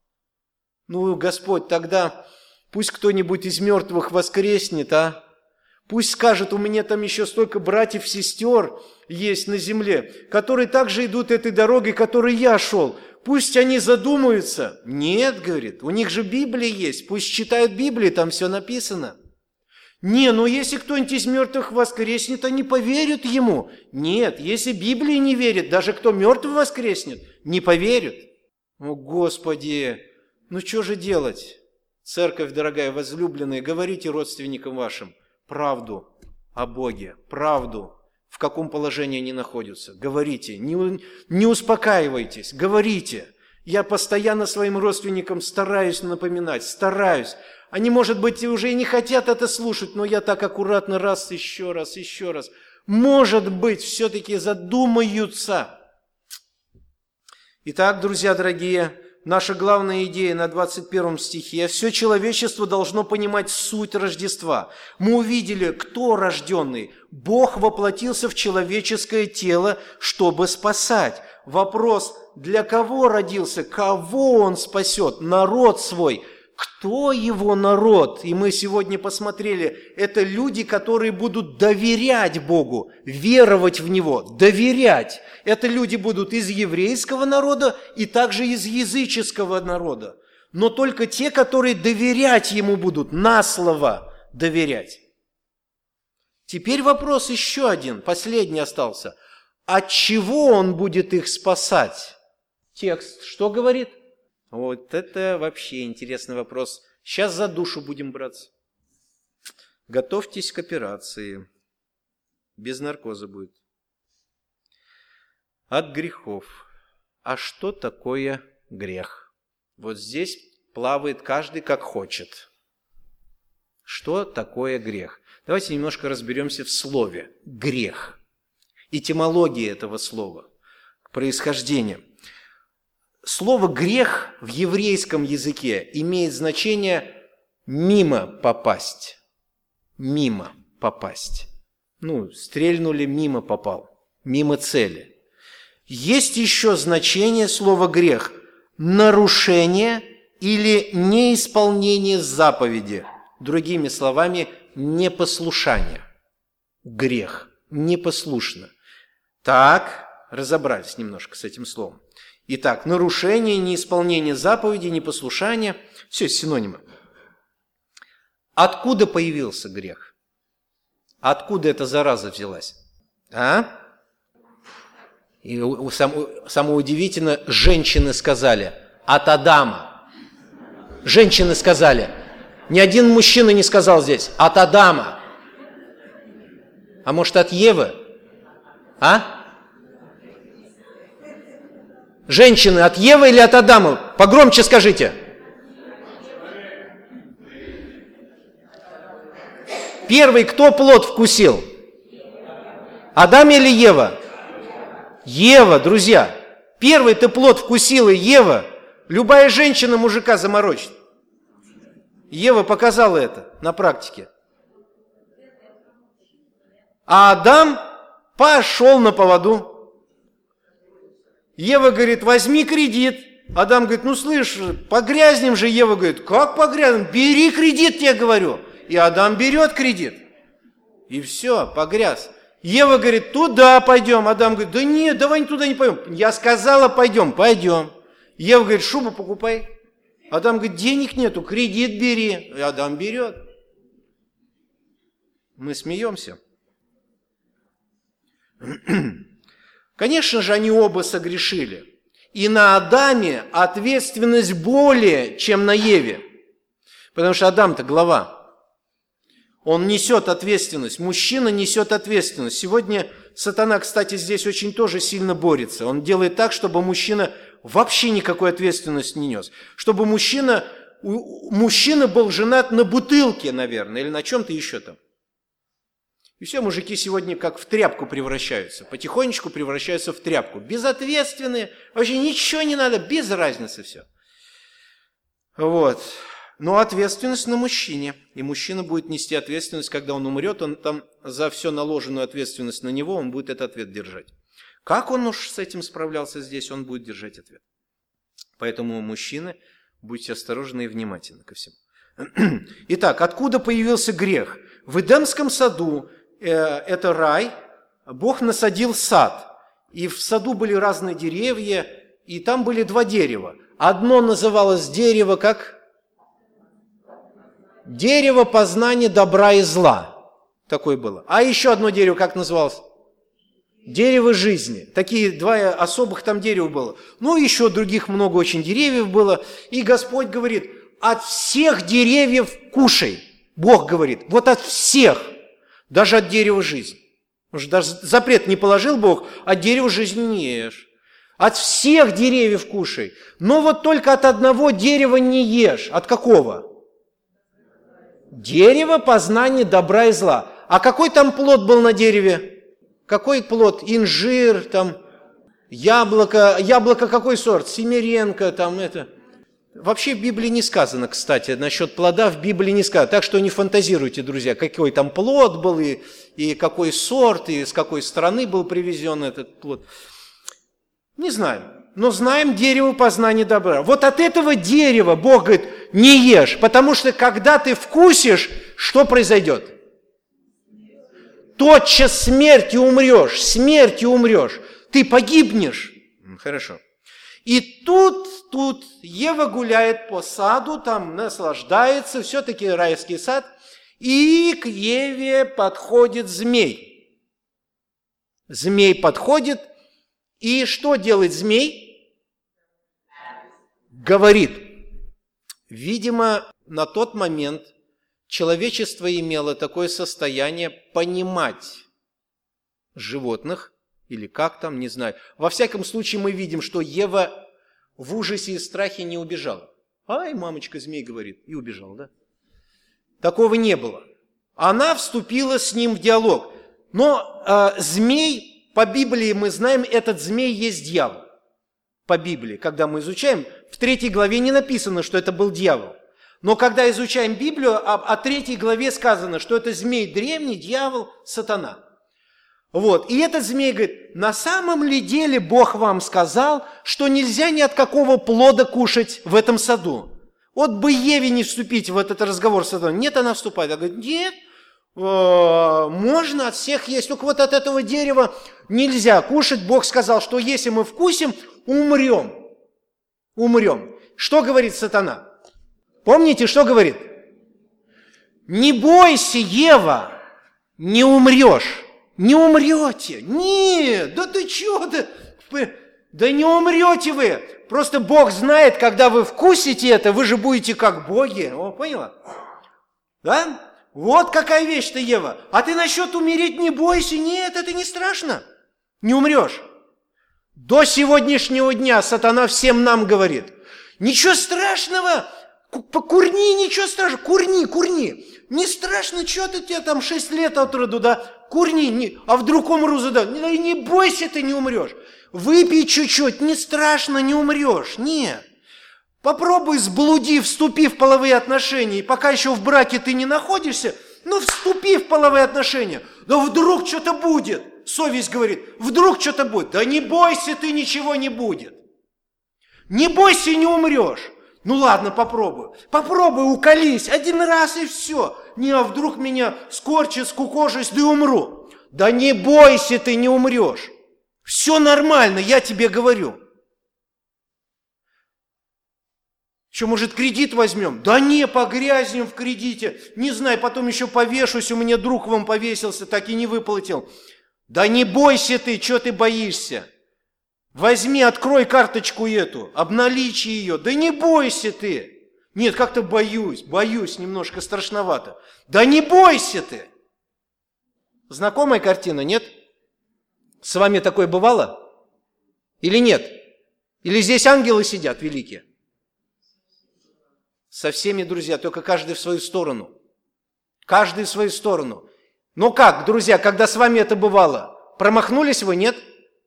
Ну, Господь, тогда пусть кто-нибудь из мертвых воскреснет, а? Пусть скажет: у меня там еще столько братьев, сестер есть на земле, которые также идут этой дорогой, которой я шел. Пусть они задумаются. Нет, говорит, у них же Библия есть, пусть читают Библию, там все написано. Не, ну если кто-нибудь из мертвых воскреснет, они поверят ему. Нет, если Библии не верит, даже кто мертвый воскреснет, не поверит. О, Господи, ну что же делать? Церковь, дорогая, возлюбленная, говорите родственникам вашим правду о Боге, правду, в каком положении они находятся. Говорите, не успокаивайтесь, говорите. Я постоянно своим родственникам стараюсь напоминать, стараюсь. Они, может быть, уже и не хотят это слушать, но я так аккуратно еще раз. Может быть, все-таки задумаются. Итак, друзья дорогие, наша главная идея на 21 стихе: все человечество должно понимать суть Рождества. Мы увидели, кто рожденный. Бог воплотился в человеческое тело, чтобы спасать. Вопрос: для кого родился, кого Он спасет? Народ свой. Кто его народ? И мы сегодня посмотрели, это люди, которые будут доверять Богу, веровать в Него, доверять. Это люди будут из еврейского народа и также из языческого народа. Но только те, которые доверять Ему будут, на слово доверять. Теперь вопрос еще один, последний остался. От чего Он будет их спасать? Текст что говорит? Вот это вообще интересный вопрос. Сейчас за душу будем браться. Готовьтесь к операции. Без наркоза будет. От грехов. А что такое грех? Вот здесь плавает каждый как хочет. Что такое грех? Давайте немножко разберемся в слове «грех». Этимология этого слова, происхождение. Слово «грех» в еврейском языке имеет значение «мимо попасть». Мимо попасть. Ну, стрельнули, мимо попал. Мимо цели. Есть еще значение слова «грех» – нарушение или неисполнение заповеди. Другими словами, непослушание. Грех. Непослушно. Так, разобрались немножко с этим словом. Итак, нарушение, неисполнение заповедей, непослушание – все синонимы. Откуда появился грех? Откуда эта зараза взялась? А? И самое удивительное, женщины сказали: от Адама. Женщины сказали. Ни один мужчина не сказал здесь: от Адама. А может, от Евы? А? Женщины, от Евы или от Адама? Погромче скажите. Первый кто плод вкусил? Адам или Ева? Ева, друзья. Первый ты плод вкусила Ева. Любая женщина мужика заморочит. Ева показала это на практике. А Адам пошел на поводу. Ева говорит: возьми кредит. Адам говорит: ну слышь, погрязнем же. Ева говорит: как погрязнем? Бери кредит, я говорю. И Адам берет кредит. И все, погряз. Ева говорит: туда пойдем. Адам говорит: да нет, давай туда не пойдем. Я сказала, пойдем, пойдем. Ева говорит: шубу покупай. Адам говорит: денег нету, кредит бери. И Адам берет. Мы смеемся. Конечно же, они оба согрешили. И на Адаме ответственность более, чем на Еве. Потому что Адам-то глава. Он несет ответственность. Мужчина несет ответственность. Сегодня сатана, кстати, здесь очень тоже сильно борется. Он делает так, чтобы мужчина вообще никакой ответственности не нес. Чтобы мужчина был женат на бутылке, наверное, или на чем-то еще там. И все, мужики сегодня как в тряпку превращаются. Потихонечку превращаются в тряпку. Безответственные, вообще ничего не надо, без разницы все. Вот. Но ответственность на мужчине. И мужчина будет нести ответственность, когда он умрет, он там за всю наложенную ответственность на него, он будет этот ответ держать. Как он уж с этим справлялся здесь, он будет держать ответ. Поэтому, мужчины, будьте осторожны и внимательны ко всему. Итак, откуда появился грех? В Эдемском саду, это рай, Бог насадил сад. И в саду были разные деревья, и там были два дерева. Одно называлось дерево как дерево познания добра и зла. Такое было. А еще одно дерево как называлось? Дерево жизни. Такие два особых там дерева было. Ну, еще других много очень деревьев было. И Господь говорит, от всех деревьев кушай. Бог говорит, вот от всех. Даже от дерева жизни. Потому что даже запрет не положил Бог, от дерева жизни не ешь. От всех деревьев кушай. Но вот только от одного дерева не ешь. От какого? Дерево познания добра и зла. А какой там плод был на дереве? Какой плод? Инжир, там, яблоко. Яблоко какой сорт? Семеренко, там это. Вообще в Библии не сказано, кстати, насчет плода в Библии не сказано. Так что не фантазируйте, друзья, какой там плод был, и какой сорт, и с какой страны был привезен этот плод. Не знаем. Но знаем дерево познания добра. Вот от этого дерева Бог говорит, не ешь, потому что когда ты вкусишь, что произойдет? Тотчас смертью умрешь, ты погибнешь. Хорошо. И тут Ева гуляет по саду, там наслаждается, все-таки райский сад, и к Еве подходит змей. Змей подходит, и что делает змей? Говорит. Видимо, на тот момент человечество имело такое состояние понимать животных, или как там, не знаю. Во всяком случае, мы видим, что Ева в ужасе и страхе не убежала. Ай, мамочка, змей говорит, и убежал, да? Такого не было. Она вступила с ним в диалог. Но змей, по Библии мы знаем, этот змей есть дьявол. По Библии, когда мы изучаем, в 3 главе не написано, что это был дьявол. Но когда изучаем Библию, о 3 главе сказано, что это змей древний, дьявол, сатана. Вот. И этот змей говорит, на самом ли деле Бог вам сказал, что нельзя ни от какого плода кушать в этом саду? Вот бы Еве не вступить в этот разговор с сатаной. Нет, она вступает. Она говорит, нет, можно от всех есть, только вот от этого дерева нельзя кушать. Бог сказал, что если мы вкусим, умрем. Умрем. Что говорит сатана? Помните, что говорит? Не бойся, Ева, не умрешь. Не умрете. Нет, да ты чего ты? Да не умрете вы. Просто Бог знает, когда вы вкусите это, вы же будете как боги. О, поняла? Да? Вот какая вещь-то, Ева. А ты насчет умереть не бойся. Нет, это не страшно. Не умрешь. До сегодняшнего дня сатана всем нам говорит. Ничего страшного. Курни, ничего страшного. Курни. Не страшно, что ты тебе там 6 лет от роду, да? Курни, а вдруг умру задам. Не бойся, ты не умрешь. Выпей чуть-чуть, не страшно, не умрешь. Нет. Попробуй сблуди, вступи в половые отношения. И пока еще в браке ты не находишься, ну вступи в половые отношения. Да вдруг что-то будет. Совесть говорит, вдруг что-то будет. Да не бойся, ты ничего не будет. Не бойся, не умрешь. Ну ладно, попробуй. Попробуй, уколись. 1 раз и все. Не, а вдруг меня скорчит, скукожусь, да и умру. Да не бойся, ты не умрешь. Все нормально, я тебе говорю. Что, может, кредит возьмем? Да не, погрязнем в кредите. Не знаю, потом еще повешусь, у меня друг вам повесился, так и не выплатил. Да не бойся ты, что ты боишься? Возьми, открой карточку эту, обналичи ее. Да не бойся ты. Нет, как-то боюсь, немножко страшновато. Да не бойся ты. Знакомая картина, нет? С вами такое бывало? Или нет? Или здесь ангелы сидят великие? Со всеми, друзья, только каждый в свою сторону. Каждый в свою сторону. Но как, друзья, когда с вами это бывало? Промахнулись вы, нет?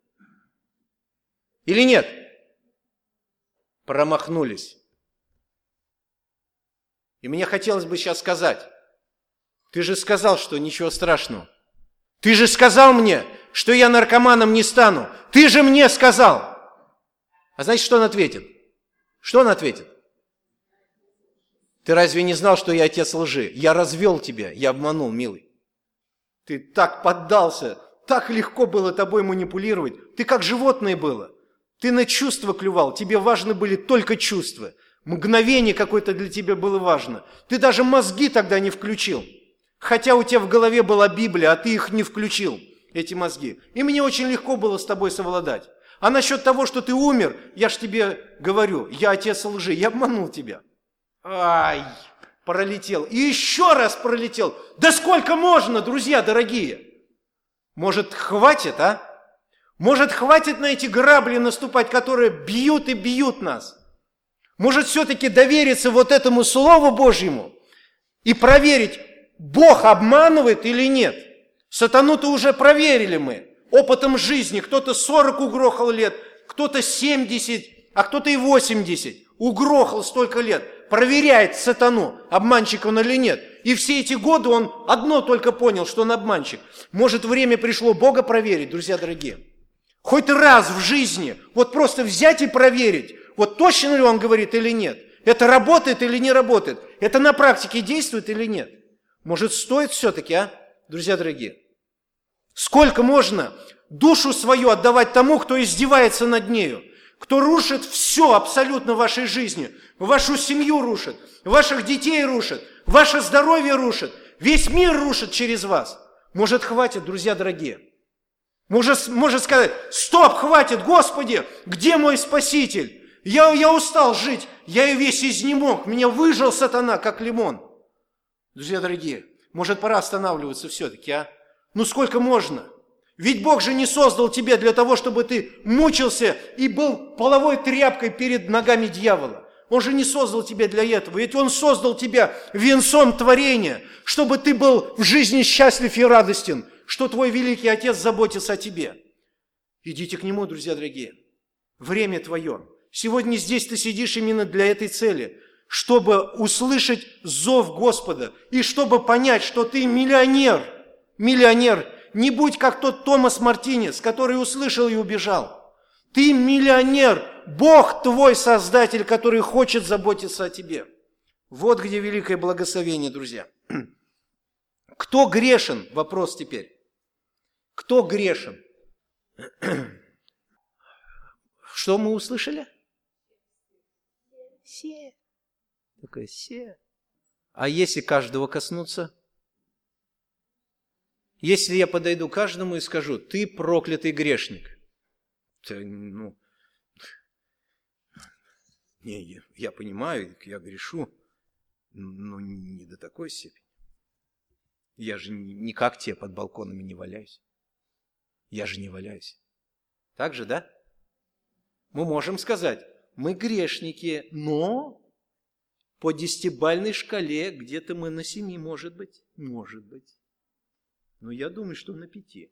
Или нет? Промахнулись. И мне хотелось бы сейчас сказать, ты же сказал, что ничего страшного. Ты же сказал мне, что я наркоманом не стану. Ты же мне сказал. А знаете, что он ответит? Что он ответит? Ты разве не знал, что я отец лжи? Я развел тебя, я обманул, милый. Ты так поддался, так легко было тобой манипулировать. Ты как животное было. Ты на чувства клювал, тебе важны были только чувства. Мгновение какое-то для тебя было важно. Ты даже мозги тогда не включил. Хотя у тебя в голове была Библия, а ты их не включил, эти мозги. И мне очень легко было с тобой совладать. А насчет того, что ты умер, я ж тебе говорю, я отец лжи, я обманул тебя. Ай, пролетел. И еще раз пролетел. Да сколько можно, друзья дорогие? Может, хватит, а? Может, хватит на эти грабли наступать, которые бьют и бьют нас? Может, все-таки довериться вот этому Слову Божьему и проверить, Бог обманывает или нет? Сатану-то уже проверили мы опытом жизни. Кто-то 40 угрохал лет, кто-то 70, а кто-то и 80. Угрохал столько лет. Проверяет сатану, обманщик он или нет. И все эти годы он одно только понял, что он обманщик. Может, время пришло Бога проверить, друзья дорогие? Хоть раз в жизни, вот просто взять и проверить, вот точно ли он говорит или нет. Это работает или не работает. Это на практике действует или нет. Может, стоит все-таки, а, друзья дорогие? Сколько можно душу свою отдавать тому, кто издевается над нею? Кто рушит все абсолютно в вашей жизни, вашу семью рушит, ваших детей рушит, ваше здоровье рушит, весь мир рушит через вас. Может, хватит, друзья дорогие? Может сказать, стоп, хватит, Господи, где мой Спаситель? Я устал жить, я и весь изнемог, меня выжил сатана, как лимон. Друзья дорогие, может, пора останавливаться все-таки, а? Ну сколько можно? Ведь Бог же не создал тебя для того, чтобы ты мучился и был половой тряпкой перед ногами дьявола. Он же не создал тебя для этого. Ведь Он создал тебя венцом творения, чтобы ты был в жизни счастлив и радостен, что твой великий Отец заботится о тебе. Идите к Нему, друзья дорогие. Время твое. Сегодня здесь ты сидишь именно для этой цели, чтобы услышать зов Господа и чтобы понять, что ты миллионер. Миллионер. Не будь как тот Томас Мартинес, который услышал и убежал. Ты миллионер, Бог твой Создатель, который хочет заботиться о тебе. Вот где великое благословение, друзья. Кто грешен? Вопрос теперь. Кто грешен? Что мы услышали? Все. Такое все. А если каждого коснуться? Если я подойду к каждому и скажу, ты проклятый грешник, то, я понимаю, я грешу, но не до такой степени. Я же не как те под балконами не валяюсь. Я же не валяюсь. Так же, да? Мы можем сказать, мы грешники, но по 10-бальной шкале где-то мы на 7, может быть. Может быть. Но я думаю, что на 5.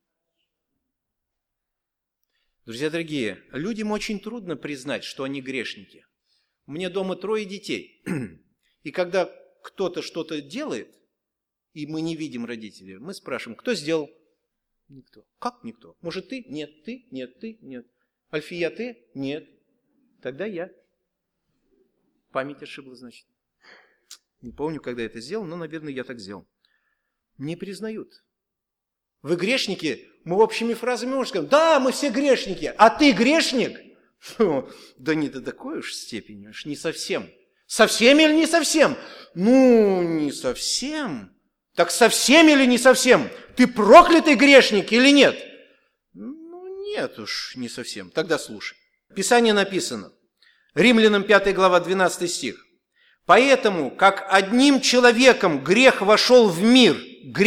Друзья дорогие, людям очень трудно признать, что они грешники. У меня дома 3 детей. И когда кто-то что-то делает, и мы не видим родителей, мы спрашиваем, кто сделал? Никто. Как никто? Может, ты? Нет. Ты? Нет. Ты? Нет. Альфия, ты? Нет. Тогда я. Память ошибла, значит. Не помню, когда это сделал, но, наверное, я так сделал. Не признают. Вы грешники? Мы общими фразами можем сказать, да, мы все грешники, а ты грешник? Да не до такой уж степени, уж не совсем. Со всеми или не совсем? Ну, не совсем. Так со всеми или не совсем? Ты проклятый грешник или нет? Ну, нет уж, не совсем. Тогда слушай. В Писании написано, Римлянам 5 глава 12 стих. Поэтому, как одним человеком грех вошел в мир,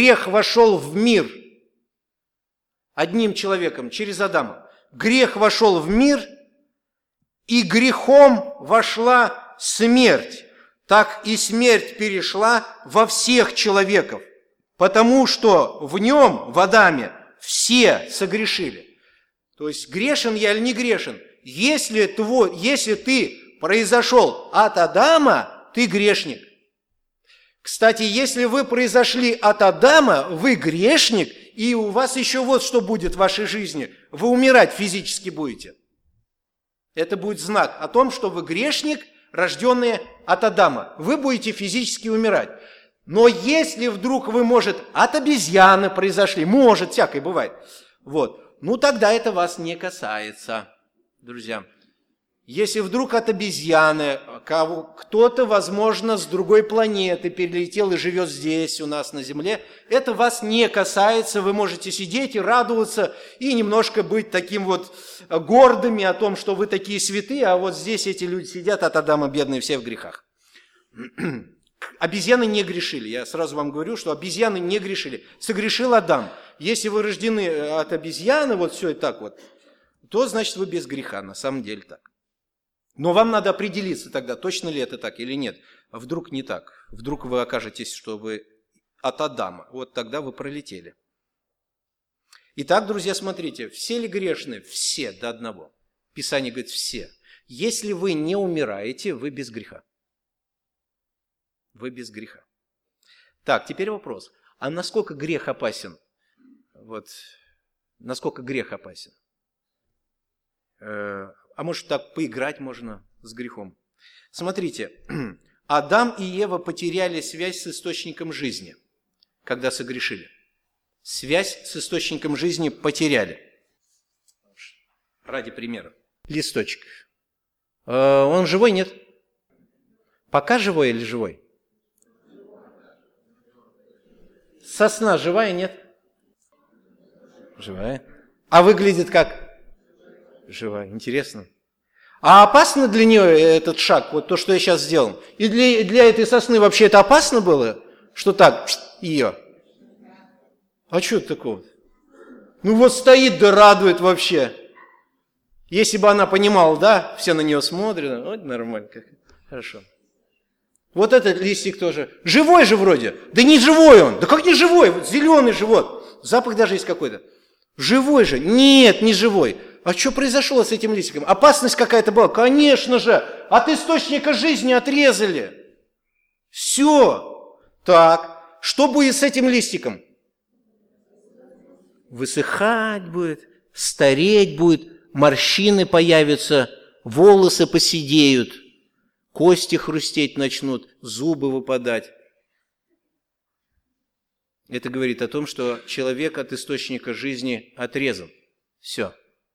одним человеком, через Адама, грех вошел в мир, и грехом вошла смерть. Так и смерть перешла во всех человеков, потому что в нем, в Адаме, все согрешили. То есть грешен я или не грешен? Если ты произошел от Адама, ты грешник. Кстати, если вы произошли от Адама, вы грешник, и у вас еще вот что будет в вашей жизни. Вы умирать физически будете. Это будет знак о том, что вы грешник, рожденный от Адама. Вы будете физически умирать. Но если вдруг вы, может, от обезьяны произошли, может, всякое бывает, вот, ну тогда это вас не касается, друзья. Если вдруг от обезьяны кто-то, возможно, с другой планеты перелетел и живет здесь у нас на Земле, это вас не касается, вы можете сидеть и радоваться, и немножко быть таким вот гордыми о том, что вы такие святые, а вот здесь эти люди сидят от Адама бедные все в грехах. Обезьяны не грешили, я сразу вам говорю, что обезьяны не грешили, согрешил Адам. Если вы рождены от обезьяны, вот все и так вот, то значит вы без греха, на самом деле так. Но вам надо определиться тогда, точно ли это так или нет. А вдруг не так? Вдруг вы окажетесь, что вы от Адама. Вот тогда вы пролетели. Итак, друзья, смотрите, все ли грешны? Все до одного. Писание говорит, все. Если вы не умираете, вы без греха. Вы без греха. Так, теперь вопрос. А насколько грех опасен? Вот, насколько грех опасен? А может, так поиграть можно с грехом? Смотрите, Адам и Ева потеряли связь с источником жизни, когда согрешили. Связь с источником жизни потеряли. Ради примера. Листочек. Он живой, нет? Пока живой или живой? Сосна живая, нет? Живая. А выглядит как? Живая. Интересно. А опасно для нее этот шаг, вот то, что я сейчас сделал? И для этой сосны вообще это опасно было? Что так, ее? А что такого? Ну вот стоит да радует вообще. Если бы она понимала, да, все на нее смотрят, вот нормально, хорошо. Вот этот листик тоже. Живой же вроде. Да не живой он. Да как не живой? Вот зеленый живот. Запах даже есть какой-то. Живой же. Нет, не живой. А что произошло с этим листиком? Опасность какая-то была? Конечно же. От источника жизни отрезали. Все. Так. Что будет с этим листиком? Высыхать будет, стареть будет, морщины появятся, волосы поседеют, кости хрустеть начнут, зубы выпадать. Это говорит о том, что человек от источника жизни отрезан. Все.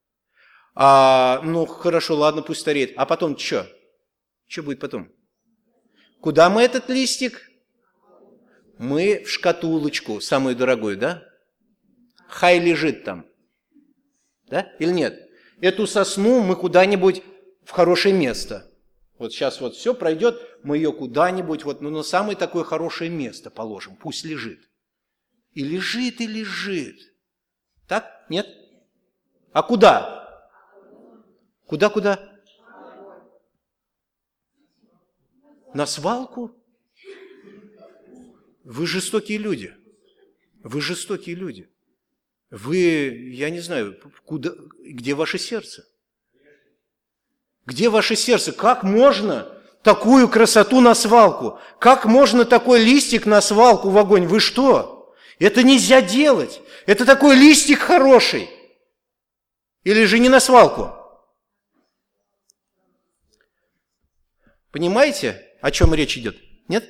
Ну, хорошо, ладно, пусть стареет. А потом что? Что будет потом? Куда мы этот листик? Мы в шкатулочку, самую дорогую, да? Хай лежит там. Да? Или нет? Эту сосну мы куда-нибудь в хорошее место. Вот сейчас вот все пройдет, мы ее куда-нибудь вот, на самое такое хорошее место положим. Пусть лежит. И лежит, и лежит. Так? Нет? А куда? Куда? На свалку? Вы жестокие люди. Вы жестокие люди. Вы, я не знаю, где ваше сердце? Где ваше сердце? Как можно такую красоту на свалку? Как можно такой листик на свалку в огонь? Вы что? Это нельзя делать. Это такой листик хороший. Или же не на свалку? Понимаете, о чем речь идет? Нет?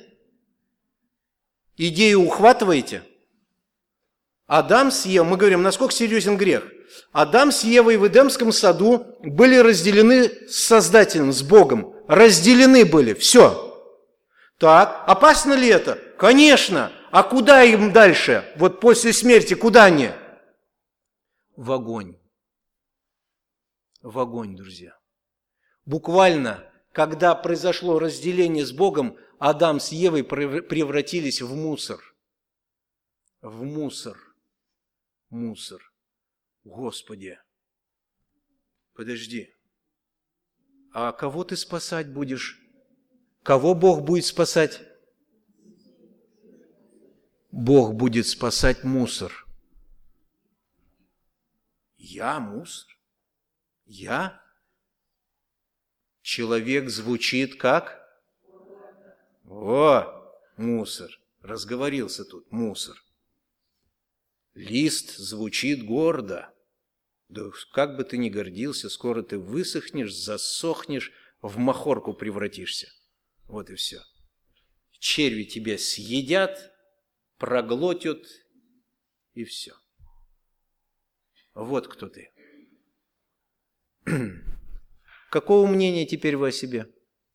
Идею ухватываете? Адам с Евой, мы говорим, насколько серьезен грех. Адам с Евой в Эдемском саду были разделены с Создателем, с Богом. Разделены были, все. Так, опасно ли это? Конечно. А куда им дальше? Вот после смерти куда они? В огонь. В огонь, друзья. Буквально, когда произошло разделение с Богом, Адам с Евой превратились в мусор. В мусор. Мусор. Господи. Подожди. А кого ты спасать будешь? Кого Бог будет спасать? Бог будет спасать мусор. Я мусор? Я? Человек звучит как? О, мусор. Разговорился тут, мусор. Лист звучит гордо. Да как бы ты ни гордился, скоро ты высохнешь, засохнешь, в махорку превратишься. Вот и все. Черви тебя съедят, проглотят, и все. Вот кто ты. Какого мнения теперь вы о себе?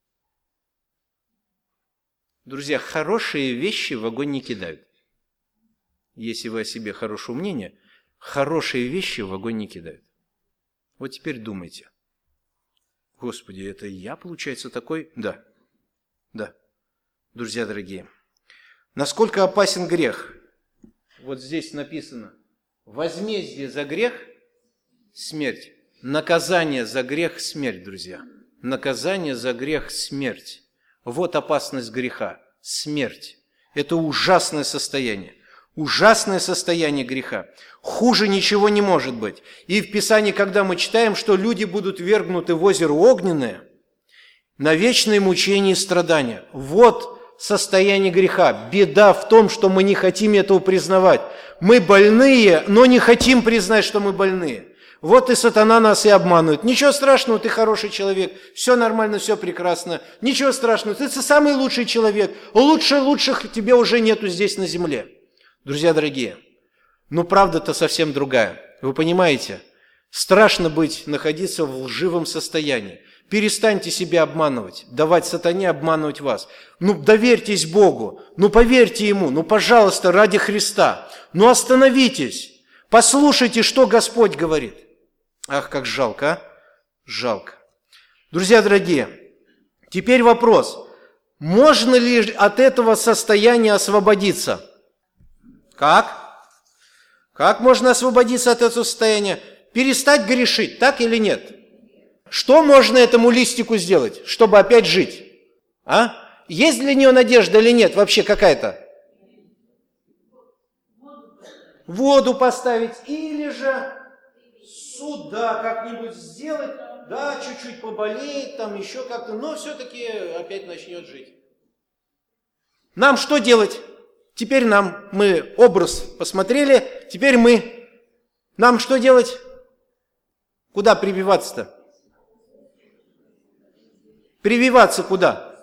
Друзья, хорошие вещи в огонь не кидают. Если вы о себе хорошего мнения, хорошие вещи в огонь не кидают. Вот теперь думайте. Господи, это я, получается, такой? Да. Да. Друзья дорогие, насколько опасен грех? Вот здесь написано: возмездие за грех – смерть. Наказание за грех – смерть, друзья. Наказание за грех – смерть. Вот опасность греха – смерть. Это ужасное состояние. Ужасное состояние греха. Хуже ничего не может быть. И в Писании, когда мы читаем, что люди будут вергнуты в озеро огненное, на вечное мучение и страдания. Вот состояние греха. Беда в том, что мы не хотим этого признавать. Мы больные, но не хотим признать, что мы больные. Вот и сатана нас и обманывает. Ничего страшного, ты хороший человек, все нормально, все прекрасно. Ничего страшного, ты самый лучший человек. Лучших тебе уже нету здесь на земле. Друзья дорогие, но правда-то совсем другая. Вы понимаете? Страшно находиться в лживом состоянии. Перестаньте себя обманывать, давать сатане обманывать вас. Доверьтесь Богу, поверьте Ему, пожалуйста, ради Христа. Остановитесь, послушайте, что Господь говорит. Ах, как жалко, а? Жалко. Друзья дорогие, теперь вопрос. Можно ли от этого состояния освободиться? Как? Как можно освободиться от этого состояния? Перестать грешить, так или нет? Что можно этому листику сделать, чтобы опять жить? А? Есть для нее надежда или нет вообще какая-то? Воду поставить или же сюда как-нибудь сделать, да, чуть-чуть поболеет, там еще как-то, но все-таки опять начнет жить. Нам что делать? Теперь мы образ посмотрели, теперь нам что делать? Куда прививаться-то? Прививаться куда?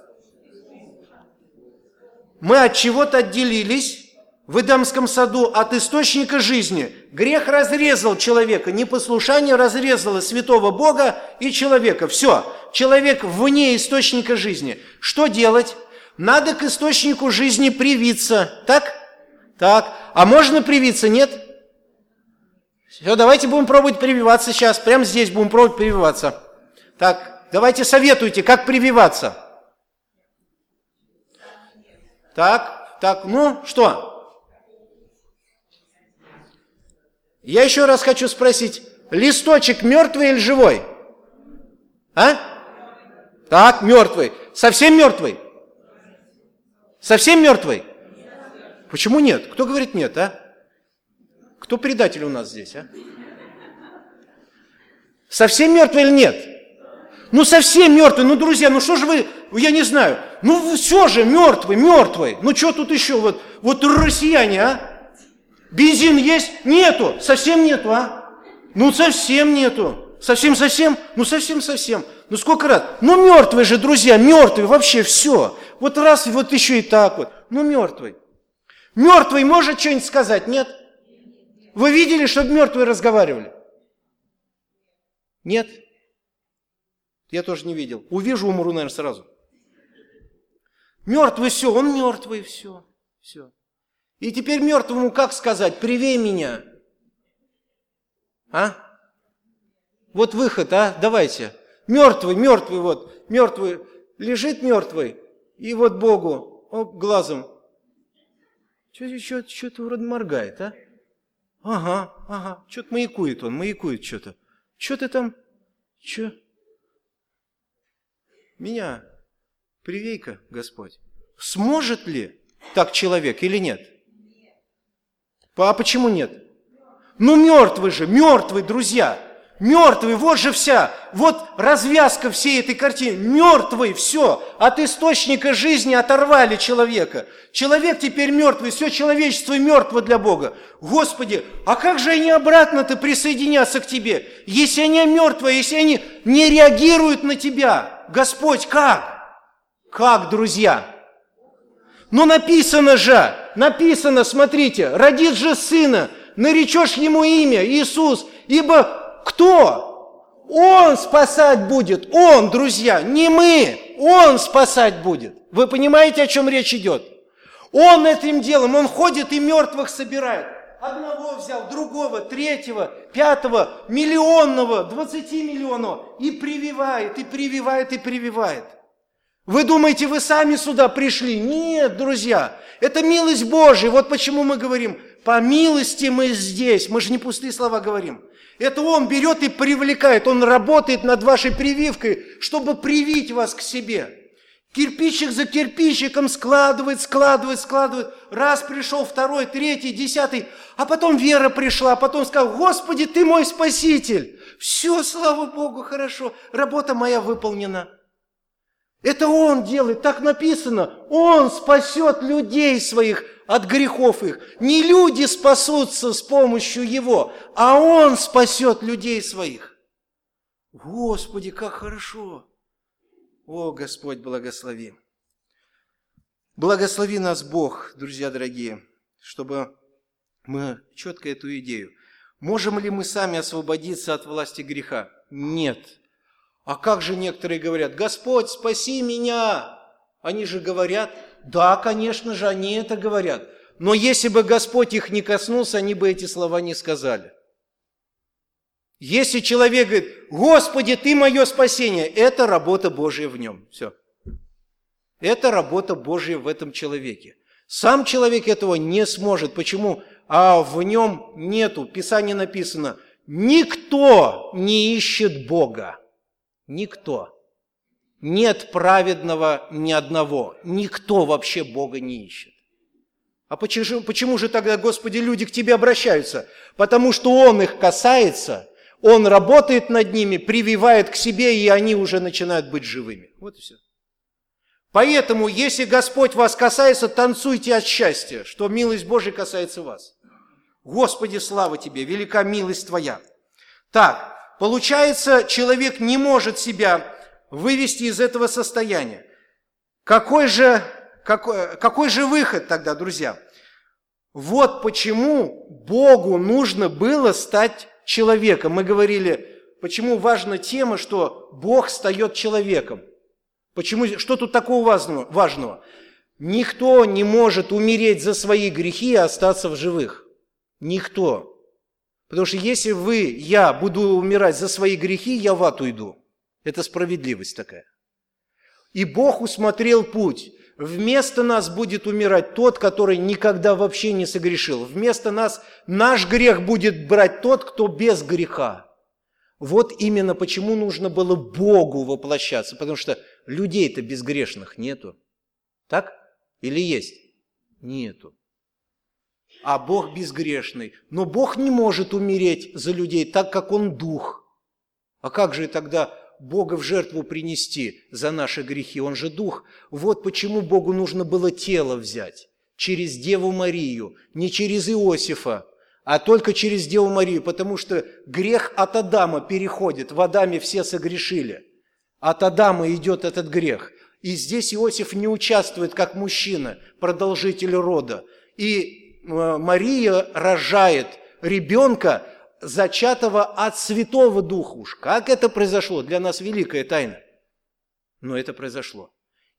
Мы от чего-то отделились в Эдемском саду от источника жизни. Грех разрезал человека, непослушание разрезало святого Бога и человека. Все, человек вне источника жизни. Что делать? Надо к источнику жизни привиться. Так? Так. А можно привиться? Нет? Все, давайте будем пробовать прививаться сейчас. Прямо здесь будем пробовать прививаться. Так, давайте советуйте, как прививаться. Так, что? Я еще раз хочу спросить, листочек мертвый или живой? А? Так, мертвый. Совсем мертвый? Совсем мертвый? Почему нет? Кто говорит нет, а? Кто предатель у нас здесь, а? Совсем мертвый или нет? Совсем мертвый. Друзья, что же вы, я не знаю. Все же мертвый. Что тут еще? Вот россияне, а? Бензин есть? Нету. Совсем нету, а? Совсем нету. Совсем? Совсем. Сколько раз? Мертвый же, друзья, мертвый вообще все. Вот раз, вот еще и так вот. Мертвый. Мертвый может что-нибудь сказать? Нет? Вы видели, чтобы мертвые разговаривали? Нет? Я тоже не видел. Увижу, умру, наверное, сразу. Мертвый, все, он мертвый, все. И теперь мертвому как сказать? Привей меня. А? Вот выход, а? Давайте. Мертвый, вот. Мертвый, лежит мертвый. И вот Богу, глазом. Что-то вроде моргает, а? Ага. Что-то маякует что-то. Что ты там? Что? Меня привей-ка, Господь. Сможет ли так человек или нет? А почему нет? Ну мертвый же, друзья. Мертвый, вот же вся, вот развязка всей этой картины. Мертвый, все, от источника жизни оторвали человека. Человек теперь мертвый, все человечество мертво для Бога. Господи, а как же они обратно-то присоединятся к Тебе, если они мертвые, если они не реагируют на Тебя? Господь, как? Как, друзья? Ну написано, смотрите, родит же сына, наречешь ему имя Иисус, ибо кто? Он спасать будет, он, друзья, не мы, он спасать будет. Вы понимаете, о чем речь идет? Он этим делом, он ходит и мертвых собирает. Одного взял, другого, третьего, пятого, миллионного, 20 миллионов, и прививает. Вы думаете, вы сами сюда пришли? Нет, друзья, это милость Божия. Вот почему мы говорим, по милости мы здесь. Мы же не пустые слова говорим. Это Он берет и привлекает, Он работает над вашей прививкой, чтобы привить вас к себе. Кирпичик за кирпичиком складывает. Раз пришел, второй, третий, 10, а потом вера пришла, а потом сказал: Господи, Ты мой Спаситель. Все, слава Богу, хорошо, работа моя выполнена. Это Он делает, так написано. Он спасет людей своих от грехов их. Не люди спасутся с помощью Его, а Он спасет людей своих. Господи, как хорошо! О, Господь, благослови! Благослови нас, Бог, друзья дорогие, чтобы мы четко эту идею. Можем ли мы сами освободиться от власти греха? Нет. А как же некоторые говорят: Господь, спаси меня! Они же говорят, да, конечно же, они это говорят. Но если бы Господь их не коснулся, они бы эти слова не сказали. Если человек говорит: Господи, Ты мое спасение, это работа Божья в нем. Все. Это работа Божья в этом человеке. Сам человек этого не сможет. Почему? А в нем нету. Писание написано: никто не ищет Бога. Никто. Нет праведного ни одного. Никто вообще Бога не ищет. А почему же тогда, Господи, люди к Тебе обращаются? Потому что Он их касается, Он работает над ними, прививает к себе, и они уже начинают быть живыми. Вот и все. Поэтому, если Господь вас касается, танцуйте от счастья, что милость Божия касается вас. Господи, слава Тебе, велика милость Твоя. Так, получается, человек не может себя вывести из этого состояния. Какой же выход тогда, друзья? Вот почему Богу нужно было стать человеком. Мы говорили, почему важна тема, что Бог стает человеком. Почему, что тут такого важного? Никто не может умереть за свои грехи и остаться в живых. Никто. Потому что если я буду умирать за свои грехи, я в ад уйду. Это справедливость такая. И Бог усмотрел путь. Вместо нас будет умирать тот, который никогда вообще не согрешил. Вместо нас наш грех будет брать тот, кто без греха. Вот именно почему нужно было Богу воплощаться. Потому что людей-то безгрешных нету. Так? Или есть? Нету. А Бог безгрешный. Но Бог не может умереть за людей, так как Он дух. А как же тогда Бога в жертву принести за наши грехи? Он же дух. Вот почему Богу нужно было тело взять. Через Деву Марию. Не через Иосифа, а только через Деву Марию. Потому что грех от Адама переходит. В Адаме все согрешили. От Адама идет этот грех. И здесь Иосиф не участвует как мужчина, продолжитель рода. И Мария рожает ребенка, зачатого от Святого Духа. Уж как это произошло? Для нас великая тайна. Но это произошло.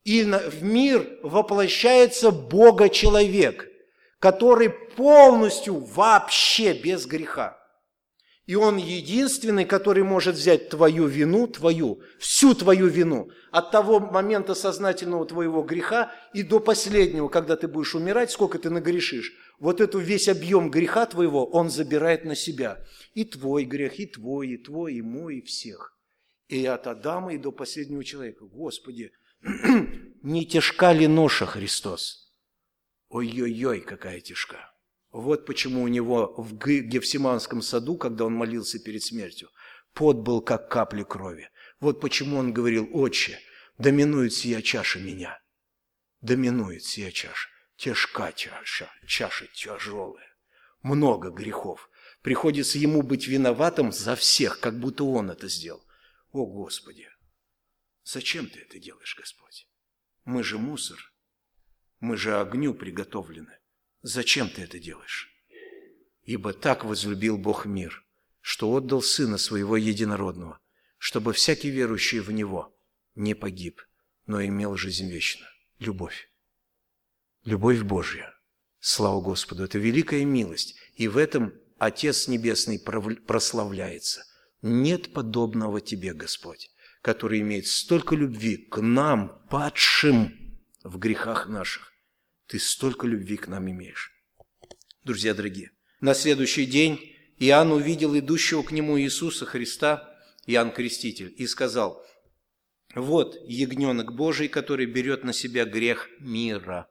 И в мир воплощается Бога-человек, который полностью вообще без греха. И Он единственный, который может взять твою вину, всю твою вину, от того момента сознательного твоего греха и до последнего, когда ты будешь умирать, сколько ты нагрешишь. Вот эту весь объем греха твоего Он забирает на себя. И твой грех, и твой, и мой, и всех. И от Адама и до последнего человека. Господи, не тяжка ли ноша, Христос? Ой-ой-ой, какая тяжка. Вот почему у него в Гефсиманском саду, когда он молился перед смертью, пот был как капли крови. Вот почему он говорил: «Отче, доминует сия чаша меня». Доминует сия чаша. Тяжка чаша тяжелая. Много грехов. Приходится ему быть виноватым за всех, как будто он это сделал. О, Господи! Зачем ты это делаешь, Господь? Мы же мусор. Мы же огню приготовлены. Зачем ты это делаешь? Ибо так возлюбил Бог мир, что отдал Сына Своего Единородного, чтобы всякий верующий в Него не погиб, но имел жизнь вечную. Любовь. Любовь Божья. Слава Господу! Это великая милость. И в этом Отец Небесный прославляется. Нет подобного Тебе, Господь, который имеет столько любви к нам, падшим в грехах наших. Ты столько любви к нам имеешь. Друзья дорогие, на следующий день Иоанн увидел идущего к нему Иисуса Христа, Иоанн Креститель, и сказал: «Вот ягненок Божий, который берет на себя грех мира».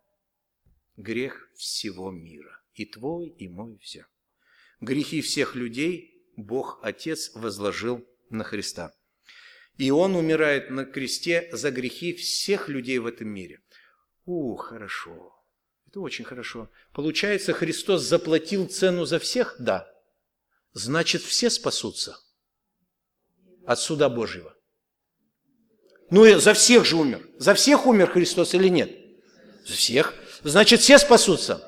Грех всего мира. И твой, и мой, все. Грехи всех людей Бог Отец возложил на Христа. И Он умирает на кресте за грехи всех людей в этом мире. Хорошо. Это очень хорошо. Получается, Христос заплатил цену за всех? Да. Значит, все спасутся от суда Божьего. И за всех же умер. За всех умер Христос или нет? За всех. Значит, все спасутся.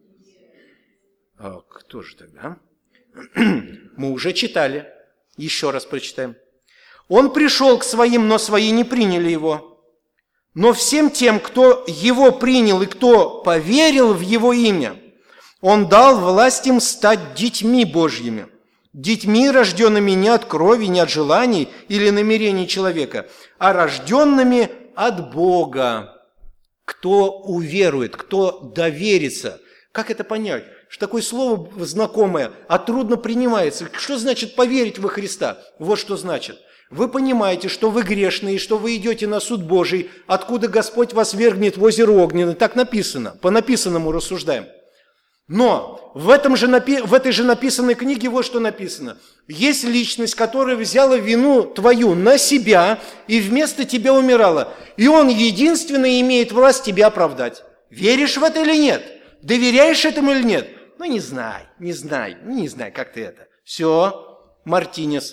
А кто же тогда? Мы уже читали. Еще раз прочитаем. Он пришел к своим, но свои не приняли его. Но всем тем, кто его принял и кто поверил в его имя, он дал власть им стать детьми Божьими. Детьми, рожденными не от крови, не от желаний или намерений человека, а рожденными от Бога. Кто уверует, кто доверится. Как это понять? Что такое слово знакомое, а трудно принимается. Что значит поверить во Христа? Вот что значит. Вы понимаете, что вы грешные, что вы идете на суд Божий, откуда Господь вас вергнет в озеро огненное. Так написано. По написанному рассуждаем. Но в этой же написанной книге вот что написано. Есть личность, которая взяла вину твою на себя и вместо тебя умирала. И Он единственный имеет власть тебя оправдать. Веришь в это или нет? Доверяешь этому или нет? Не знаю, как ты это. Все, Мартинес.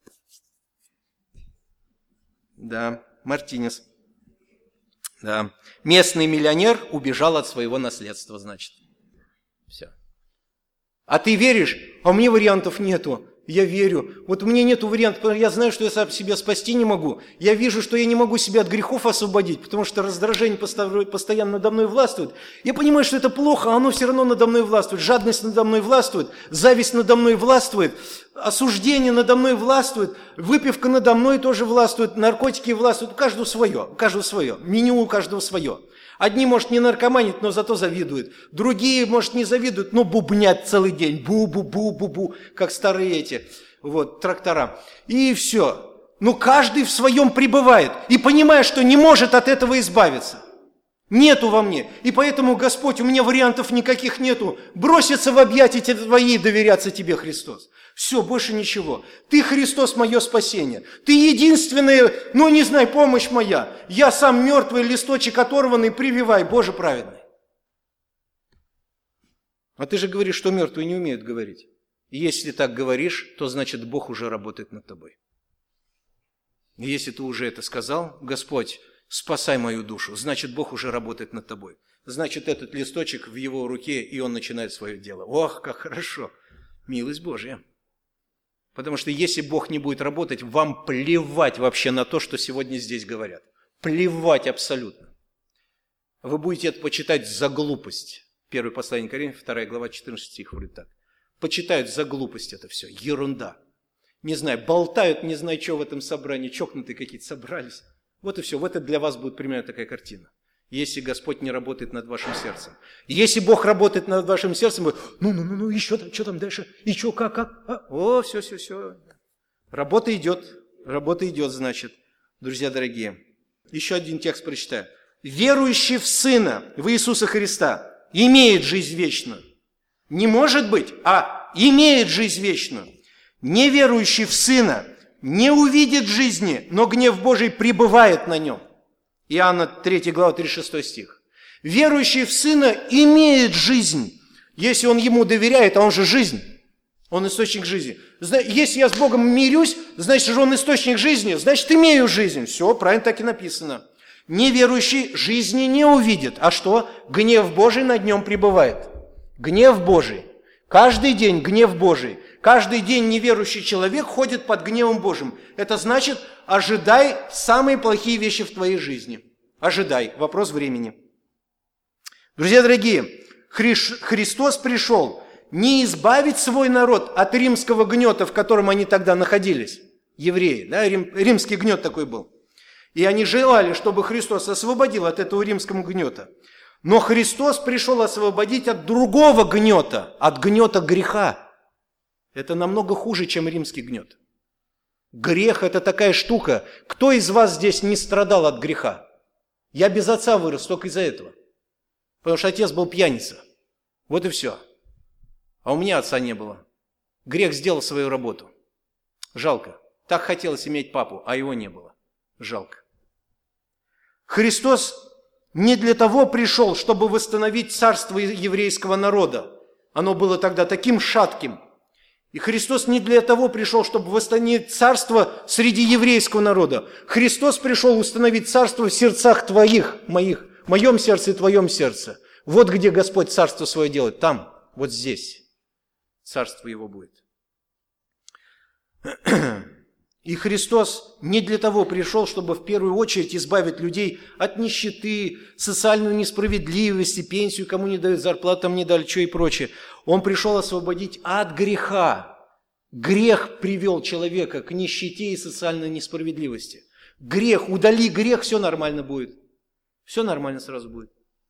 Да, Мартинес. Да. Местный миллионер убежал от своего наследства, значит. Все. А ты веришь? А у меня вариантов нету. Я верю. Вот у меня нету вариантов, я знаю, что я сам себя спасти не могу. Я вижу, что я не могу себя от грехов освободить, потому что раздражение постоянно надо мной властвует. Я понимаю, что это плохо, а оно все равно надо мной властвует. Жадность надо мной властвует, зависть надо мной властвует, осуждение надо мной властвует, выпивка надо мной тоже властвует, наркотики властвуют. У каждого свое, меню у каждого свое. Одни, может, не наркоманят, но зато завидуют. Другие, может, не завидуют, но бубнят целый день. Бу-бу-бу-бу-бу, как старые эти трактора. И все. Каждый в своем пребывает. И понимая, что не может от этого избавиться. Нету во мне. И поэтому, Господь, у меня вариантов никаких нету. Броситься в объятия Твои и доверяться Тебе, Христос. Все, больше ничего. Ты, Христос, мое спасение. Ты единственная, помощь моя. Я сам мертвый, листочек оторванный, прививай, Боже праведный. А ты же говоришь, что мертвые не умеют говорить. И если так говоришь, то значит Бог уже работает над тобой. И если ты уже это сказал, Господь, спасай мою душу, значит Бог уже работает над тобой. Значит, этот листочек в его руке, и он начинает свое дело. Ох, как хорошо. Милость Божья. Потому что если Бог не будет работать, вам плевать вообще на то, что сегодня здесь говорят. Плевать абсолютно. Вы будете это почитать за глупость. Первое послание Коринфянам, 2 глава, 14 стих, вроде так. Почитают за глупость это все. Ерунда. Не знаю, болтают, не знаю, что в этом собрании, чокнутые какие-то собрались. Вот и все. Вот это для вас будет примерно такая картина. Если Господь не работает над вашим сердцем. Если Бог работает над вашим сердцем, вы, ну, еще там, что там дальше? И что, как? О, все. Работа идет, значит, друзья дорогие. Еще один текст прочитаю. Верующий в Сына, в Иисуса Христа, имеет жизнь вечную. Не может быть, а имеет жизнь вечную. Неверующий в Сына не увидит жизни, но гнев Божий пребывает на нем. Иоанна 3 глава, 36 стих. Верующий в Сына имеет жизнь, если он Ему доверяет, а он же жизнь. Он источник жизни. Если я с Богом мирюсь, значит же Он источник жизни, значит имею жизнь. Все, правильно так и написано. Неверующий жизни не увидит. А что? Гнев Божий над нем пребывает. Гнев Божий. Каждый день гнев Божий. Каждый день неверующий человек ходит под гневом Божьим. Это значит, ожидай самые плохие вещи в твоей жизни. Ожидай. Вопрос времени. Друзья дорогие, Христос пришел не избавить свой народ от римского гнета, в котором они тогда находились. Евреи, да, римский гнет такой был. И они желали, чтобы Христос освободил от этого римского гнета. Но Христос пришел освободить от другого гнета, от гнета греха. Это намного хуже, чем римский гнет. Грех – это такая штука. Кто из вас здесь не страдал от греха? Я без отца вырос только из-за этого. Потому что отец был пьяница. Вот и все. А у меня отца не было. Грех сделал свою работу. Жалко. Так хотелось иметь папу, а его не было. Жалко. Христос не для того пришел, чтобы восстановить царство еврейского народа. Оно было тогда таким шатким. И Христос не для того пришел, чтобы восстановить царство среди еврейского народа. Христос пришел установить царство в сердцах твоих, моих, в моем сердце и твоем сердце. Вот где Господь царство свое делает. Там, вот здесь. Царство Его будет. И Христос не для того пришел, чтобы в первую очередь избавить людей от нищеты, социальной несправедливости, пенсию кому не дают, зарплату там не дали, что и прочее. Он пришел освободить от греха. Грех привел человека к нищете и социальной несправедливости. Грех, удали грех, все нормально будет. Все нормально сразу будет.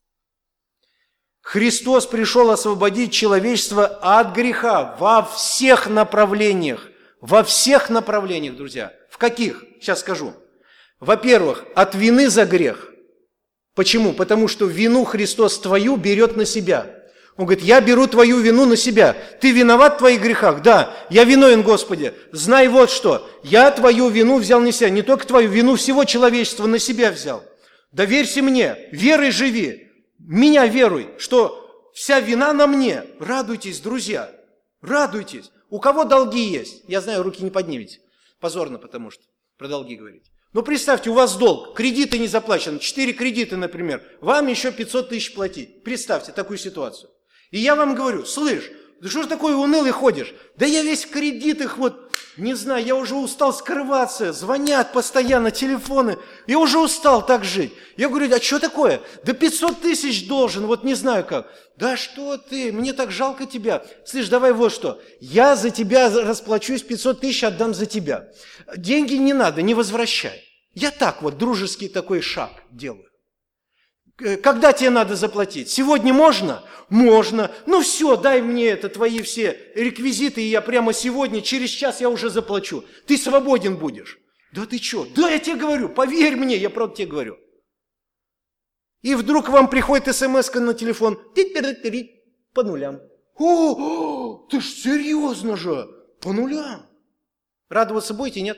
Христос пришел освободить человечество от греха во всех направлениях. Во всех направлениях, друзья. В каких? Сейчас скажу. Во-первых, от вины за грех. Почему? Потому что вину Христос твою берет на себя. Он говорит, я беру твою вину на себя. Ты виноват в твоих грехах? Да, я виновен, Господи. Знай вот что, я твою вину взял на себя. Не только твою вину, всего человечества на себя взял. Доверься мне, верой живи. Меня веруй, что вся вина на мне. Радуйтесь, друзья, радуйтесь. У кого долги есть? Я знаю, руки не поднимете. Позорно, потому что про долги говорить. Но представьте, у вас долг, кредиты не заплачены, 4 кредита, например, вам еще 500 тысяч платить. Представьте такую ситуацию. И я вам говорю, слышь, да что ж такой унылый ходишь? Да я весь в кредитах, вот, не знаю, я уже устал скрываться, звонят постоянно телефоны, я уже устал так жить. Я говорю, а что такое? Да 500 тысяч должен, вот не знаю как. Да что ты, мне так жалко тебя. Слышь, давай вот что, я за тебя расплачусь, 500 тысяч отдам за тебя. Деньги не надо, не возвращай. Я так вот, дружеский такой шаг делаю. Когда тебе надо заплатить? Сегодня можно? Можно. Ну все, дай мне это, твои все реквизиты, и я прямо сегодня, через час я уже заплачу. Ты свободен будешь. Да ты что? Да я тебе говорю, поверь мне, я правда тебе говорю. И вдруг вам приходит смс-ка на телефон, по нулям. О, ты ж серьезно же, по нулям. Радоваться будете, нет?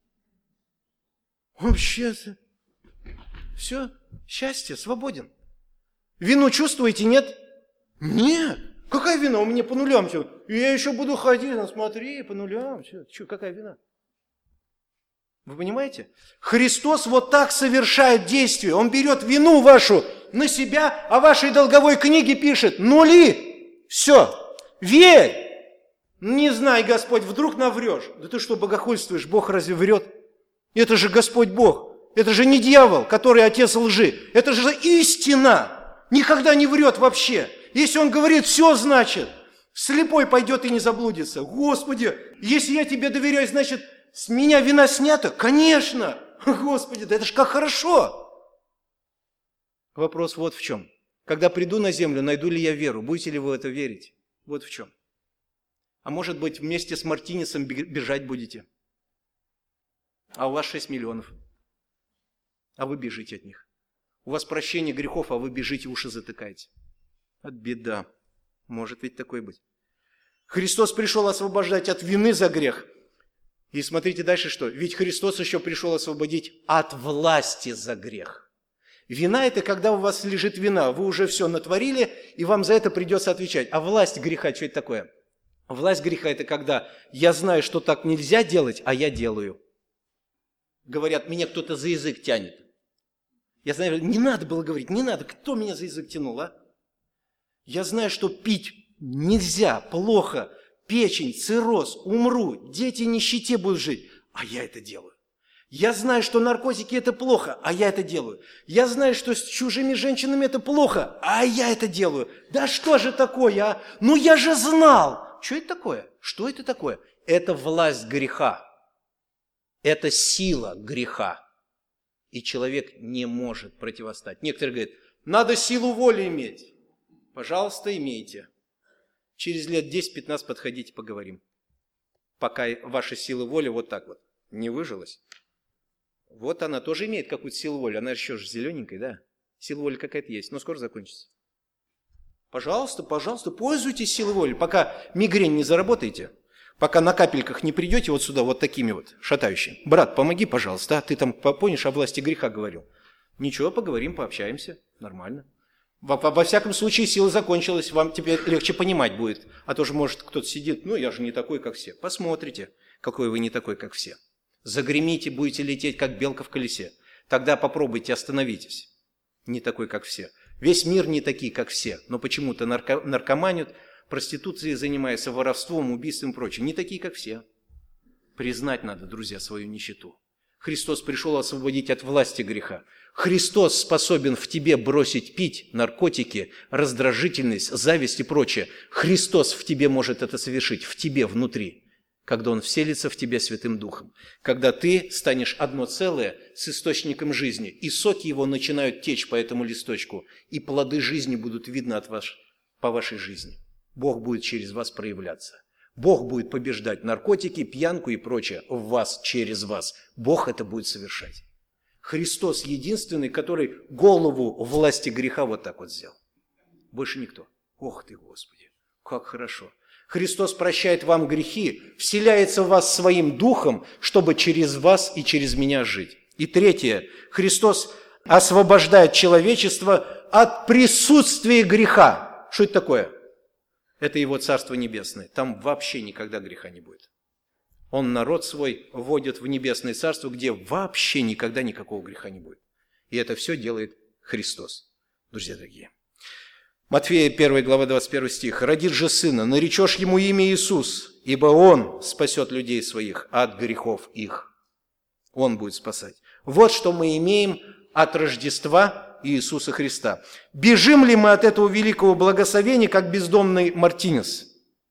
Вообще-то. Все, счастье, свободен. Вину чувствуете, нет? Нет. Какая вина? У меня по нулям все. И я еще буду ходить, ну смотри, по нулям. Че, какая вина? Вы понимаете? Христос вот так совершает действие. Он берет вину вашу на себя, а в вашей долговой книге пишет нули. Все. Верь. Не знай, Господь, вдруг наврешь. Да ты что, богохульствуешь? Бог разве врет? Это же Господь Бог. Это же не дьявол, который отец лжи. Это же истина. Никогда не врет вообще. Если он говорит, все значит. Слепой пойдет и не заблудится. Господи, если я тебе доверяю, значит, с меня вина снята? Конечно. Господи, да это ж как хорошо. Вопрос вот в чем. Когда приду на землю, найду ли я веру? Будете ли вы в это верить? Вот в чем. А может быть, вместе с Мартинесом бежать будете? А у вас 6 миллионов. А вы бежите от них. У вас прощение грехов, а вы бежите, уши затыкаете. Вот беда. Может ведь такое быть. Христос пришел освобождать от вины за грех. И смотрите дальше что. Ведь Христос еще пришел освободить от власти за грех. Вина – это когда у вас лежит вина. Вы уже все натворили, и вам за это придется отвечать. А власть греха, что это такое? Власть греха – это когда я знаю, что так нельзя делать, а я делаю. Говорят, меня кто-то за язык тянет. Я знаю, не надо было говорить, не надо. Кто меня за язык тянул, а? Я знаю, что пить нельзя, плохо, печень, цирроз, умру, дети в нищете будут жить, а я это делаю. Я знаю, что наркотики это плохо, а я это делаю. Я знаю, что с чужими женщинами это плохо, а я это делаю. Да что же такое, а? Ну я же знал. Что это такое? Что это такое? Это власть греха. Это сила греха. И человек не может противостать. Некоторые говорят, надо силу воли иметь. Пожалуйста, имейте. Через лет 10-15 подходите, поговорим. Пока ваша сила воли вот так вот не выжилась. Вот она тоже имеет какую-то силу воли. Она еще же зелененькая, да? Сила воли какая-то есть, но скоро закончится. Пожалуйста, пожалуйста, пользуйтесь силой воли, пока мигрень не заработаете. Пока на капельках не придете вот сюда, вот такими вот, шатающими. Брат, помоги, пожалуйста, ты там помнишь, о власти греха говорил. Ничего, поговорим, пообщаемся, нормально. Во всяком случае, сила закончилась, вам теперь легче понимать будет. А то же, может, кто-то сидит, ну, я же не такой, как все. Посмотрите, какой вы не такой, как все. Загремите, будете лететь, как белка в колесе. Тогда попробуйте, остановитесь. Не такой, как все. Весь мир не такие, как все, но почему-то наркоманят, проституцией занимаются, воровством, убийством и прочим. Не такие, как все. Признать надо, друзья, свою нищету. Христос пришел освободить от власти греха. Христос способен в тебе бросить пить, наркотики, раздражительность, зависть и прочее. Христос в тебе может это совершить, в тебе, внутри, когда Он вселится в тебя Святым Духом. Когда ты станешь одно целое с источником жизни, и соки Его начинают течь по этому листочку, и плоды жизни будут видны по вашей жизни. Бог будет через вас проявляться. Бог будет побеждать наркотики, пьянку и прочее в вас, через вас. Бог это будет совершать. Христос единственный, который голову власти греха вот так вот сделал. Больше никто. Ох ты, Господи, как хорошо. Христос прощает вам грехи, вселяется в вас своим духом, чтобы через вас и через меня жить. И третье. Христос освобождает человечество от присутствия греха. Что это такое? Это Его Царство Небесное. Там вообще никогда греха не будет. Он народ свой вводит в Небесное Царство, где вообще никогда никакого греха не будет. И это все делает Христос. Друзья дорогие. Матфея 1 глава 21 стих. «Родишь же сына, наречешь ему имя Иисус, ибо он спасет людей своих от грехов их». Он будет спасать. Вот что мы имеем от Рождества Иисуса Христа. Бежим ли мы от этого великого благословения, как бездомный Мартинес,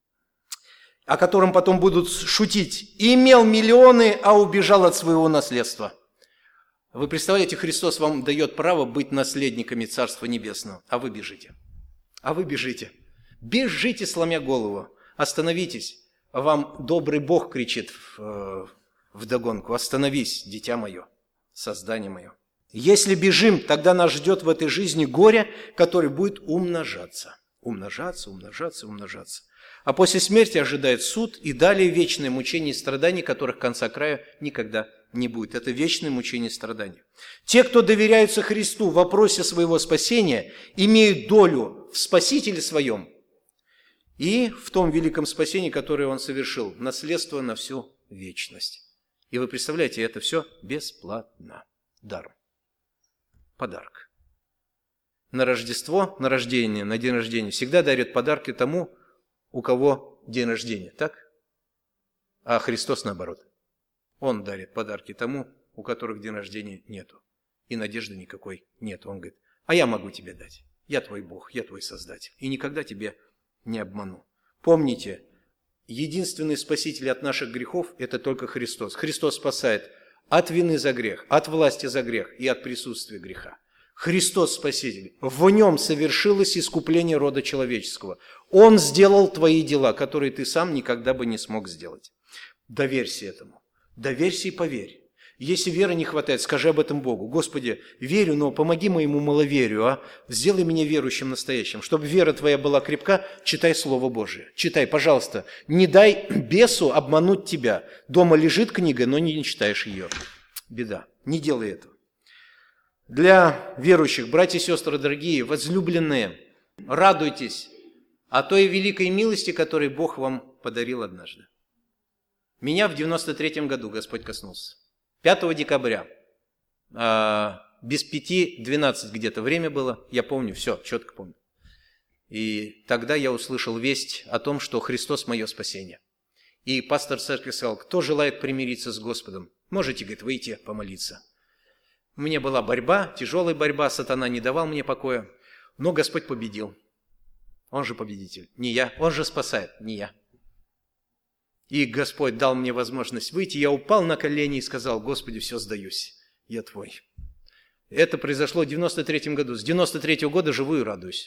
о котором потом будут шутить? Имел миллионы, а убежал от своего наследства. Вы представляете, Христос вам дает право быть наследниками Царства Небесного, а вы бежите. А вы бежите. Бежите, сломя голову. Остановитесь. Вам добрый Бог кричит вдогонку. Остановись, дитя мое, создание мое. Если бежим, тогда нас ждет в этой жизни горе, которое будет умножаться. Умножаться, умножаться, умножаться. А после смерти ожидает суд и далее вечное мучение и страдания, которых конца края никогда не будет. Это вечное мучение и страдания. Те, кто доверяются Христу в вопросе своего спасения, имеют долю в Спасителе своем и в том великом спасении, которое Он совершил, наследство на всю вечность. И вы представляете, это все бесплатно, даром. Подарок. На Рождество, на рождение, на день рождения всегда дарят подарки тому, у кого день рождения, так? А Христос наоборот. Он дарит подарки тому, у которых день рождения нету. И надежды никакой нет. Он говорит, а я могу тебе дать. Я твой Бог, я твой Создатель. И никогда тебе не обману. Помните, единственный спаситель от наших грехов – это только Христос. Христос спасает от вины за грех, от власти за грех и от присутствия греха. Христос Спаситель. В Нем совершилось искупление рода человеческого. Он сделал твои дела, которые ты сам никогда бы не смог сделать. Доверься этому. Доверься и поверь. Если веры не хватает, скажи об этом Богу. Господи, верю, но помоги моему маловерию, сделай меня верующим настоящим. Чтобы вера твоя была крепка, читай Слово Божие. Читай, пожалуйста. Не дай бесу обмануть тебя. Дома лежит книга, но не читаешь ее. Беда. Не делай этого. Для верующих, братья и сестры дорогие, возлюбленные, радуйтесь о той великой милости, которую Бог вам подарил однажды. Меня в 93-м году Господь коснулся. 5 декабря, без 5:12 где-то время было, я помню, все, четко помню. И тогда я услышал весть о том, что Христос мое спасение. И пастор церкви сказал, кто желает примириться с Господом, можете, говорит, выйти помолиться. У меня была борьба, тяжелая борьба, сатана не давал мне покоя, но Господь победил. Он же победитель, не я, Он же спасает, не я. И Господь дал мне возможность выйти, я упал на колени и сказал, Господи, все, сдаюсь, я Твой. Это произошло в 93-м году. С 93-го года живу и радуюсь.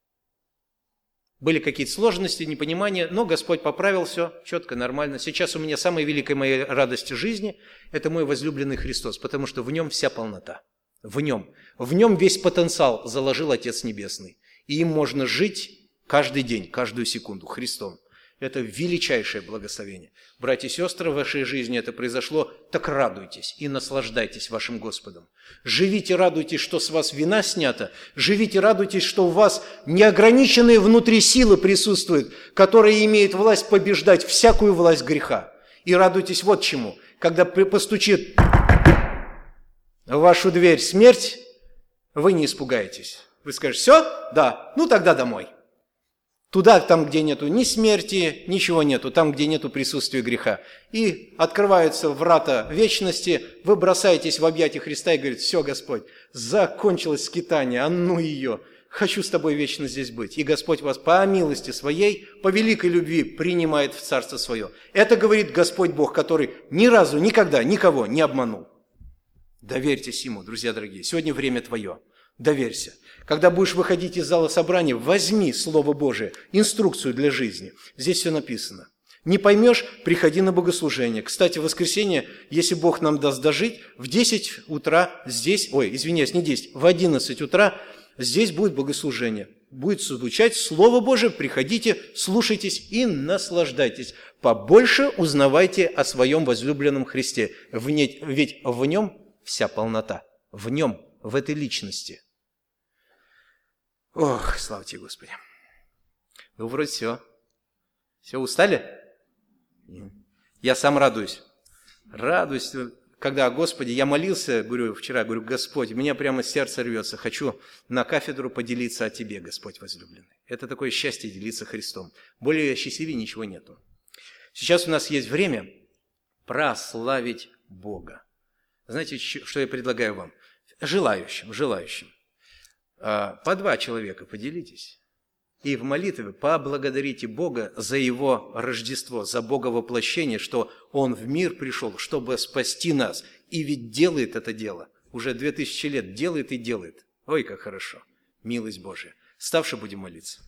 Были какие-то сложности, непонимания, но Господь поправил все четко, нормально. Сейчас у меня самая великая моя радость в жизни – это мой возлюбленный Христос, потому что в Нем вся полнота. В Нем весь потенциал заложил Отец Небесный. И им можно жить каждый день, каждую секунду Христом. Это величайшее благословение. Братья и сестры, в вашей жизни это произошло, так радуйтесь и наслаждайтесь вашим Господом. Живите, радуйтесь, что с вас вина снята. Живите, радуйтесь, что у вас неограниченные внутри силы присутствуют, которые имеют власть побеждать всякую власть греха. И радуйтесь вот чему. Когда постучит в вашу дверь смерть, вы не испугаетесь. Вы скажете, все? Да, ну тогда домой. Туда, там, где нету ни смерти, ничего нету, там, где нету присутствия греха. И открываются врата вечности, вы бросаетесь в объятия Христа и говорите, все, Господь, закончилось скитание, а ну ее, хочу с тобой вечно здесь быть. И Господь вас по милости своей, по великой любви принимает в Царство Свое. Это говорит Господь Бог, который ни разу, никогда никого не обманул. Доверьтесь Ему, друзья дорогие, сегодня время твое, доверься. Когда будешь выходить из зала собрания, возьми Слово Божие, инструкцию для жизни. Здесь все написано. Не поймешь, приходи на богослужение. Кстати, в воскресенье, если Бог нам даст дожить, в 10 утра здесь, не 10, в 11 утра здесь будет богослужение. Будет звучать Слово Божие, приходите, слушайтесь и наслаждайтесь. Побольше узнавайте о своем возлюбленном Христе, ведь в Нем вся полнота, в Нем, в этой личности. Ох, слава тебе, Господи. Ну, вроде все. Все, устали? Я сам радуюсь. Радуюсь, когда, Господи, я молился, вчера, Господь, у меня прямо сердце рвется. Хочу на кафедру поделиться о Тебе, Господь возлюбленный. Это такое счастье делиться Христом. Более счастливее ничего нету. Сейчас у нас есть время прославить Бога. Знаете, что я предлагаю вам? Желающим. По 2 человека поделитесь. И в молитве поблагодарите Бога за Его Рождество, за Бога воплощение, что Он в мир пришел, чтобы спасти нас. И ведь делает это дело. Уже 2000 лет делает и делает. Ой, как хорошо. Милость Божия. Ставши будем молиться.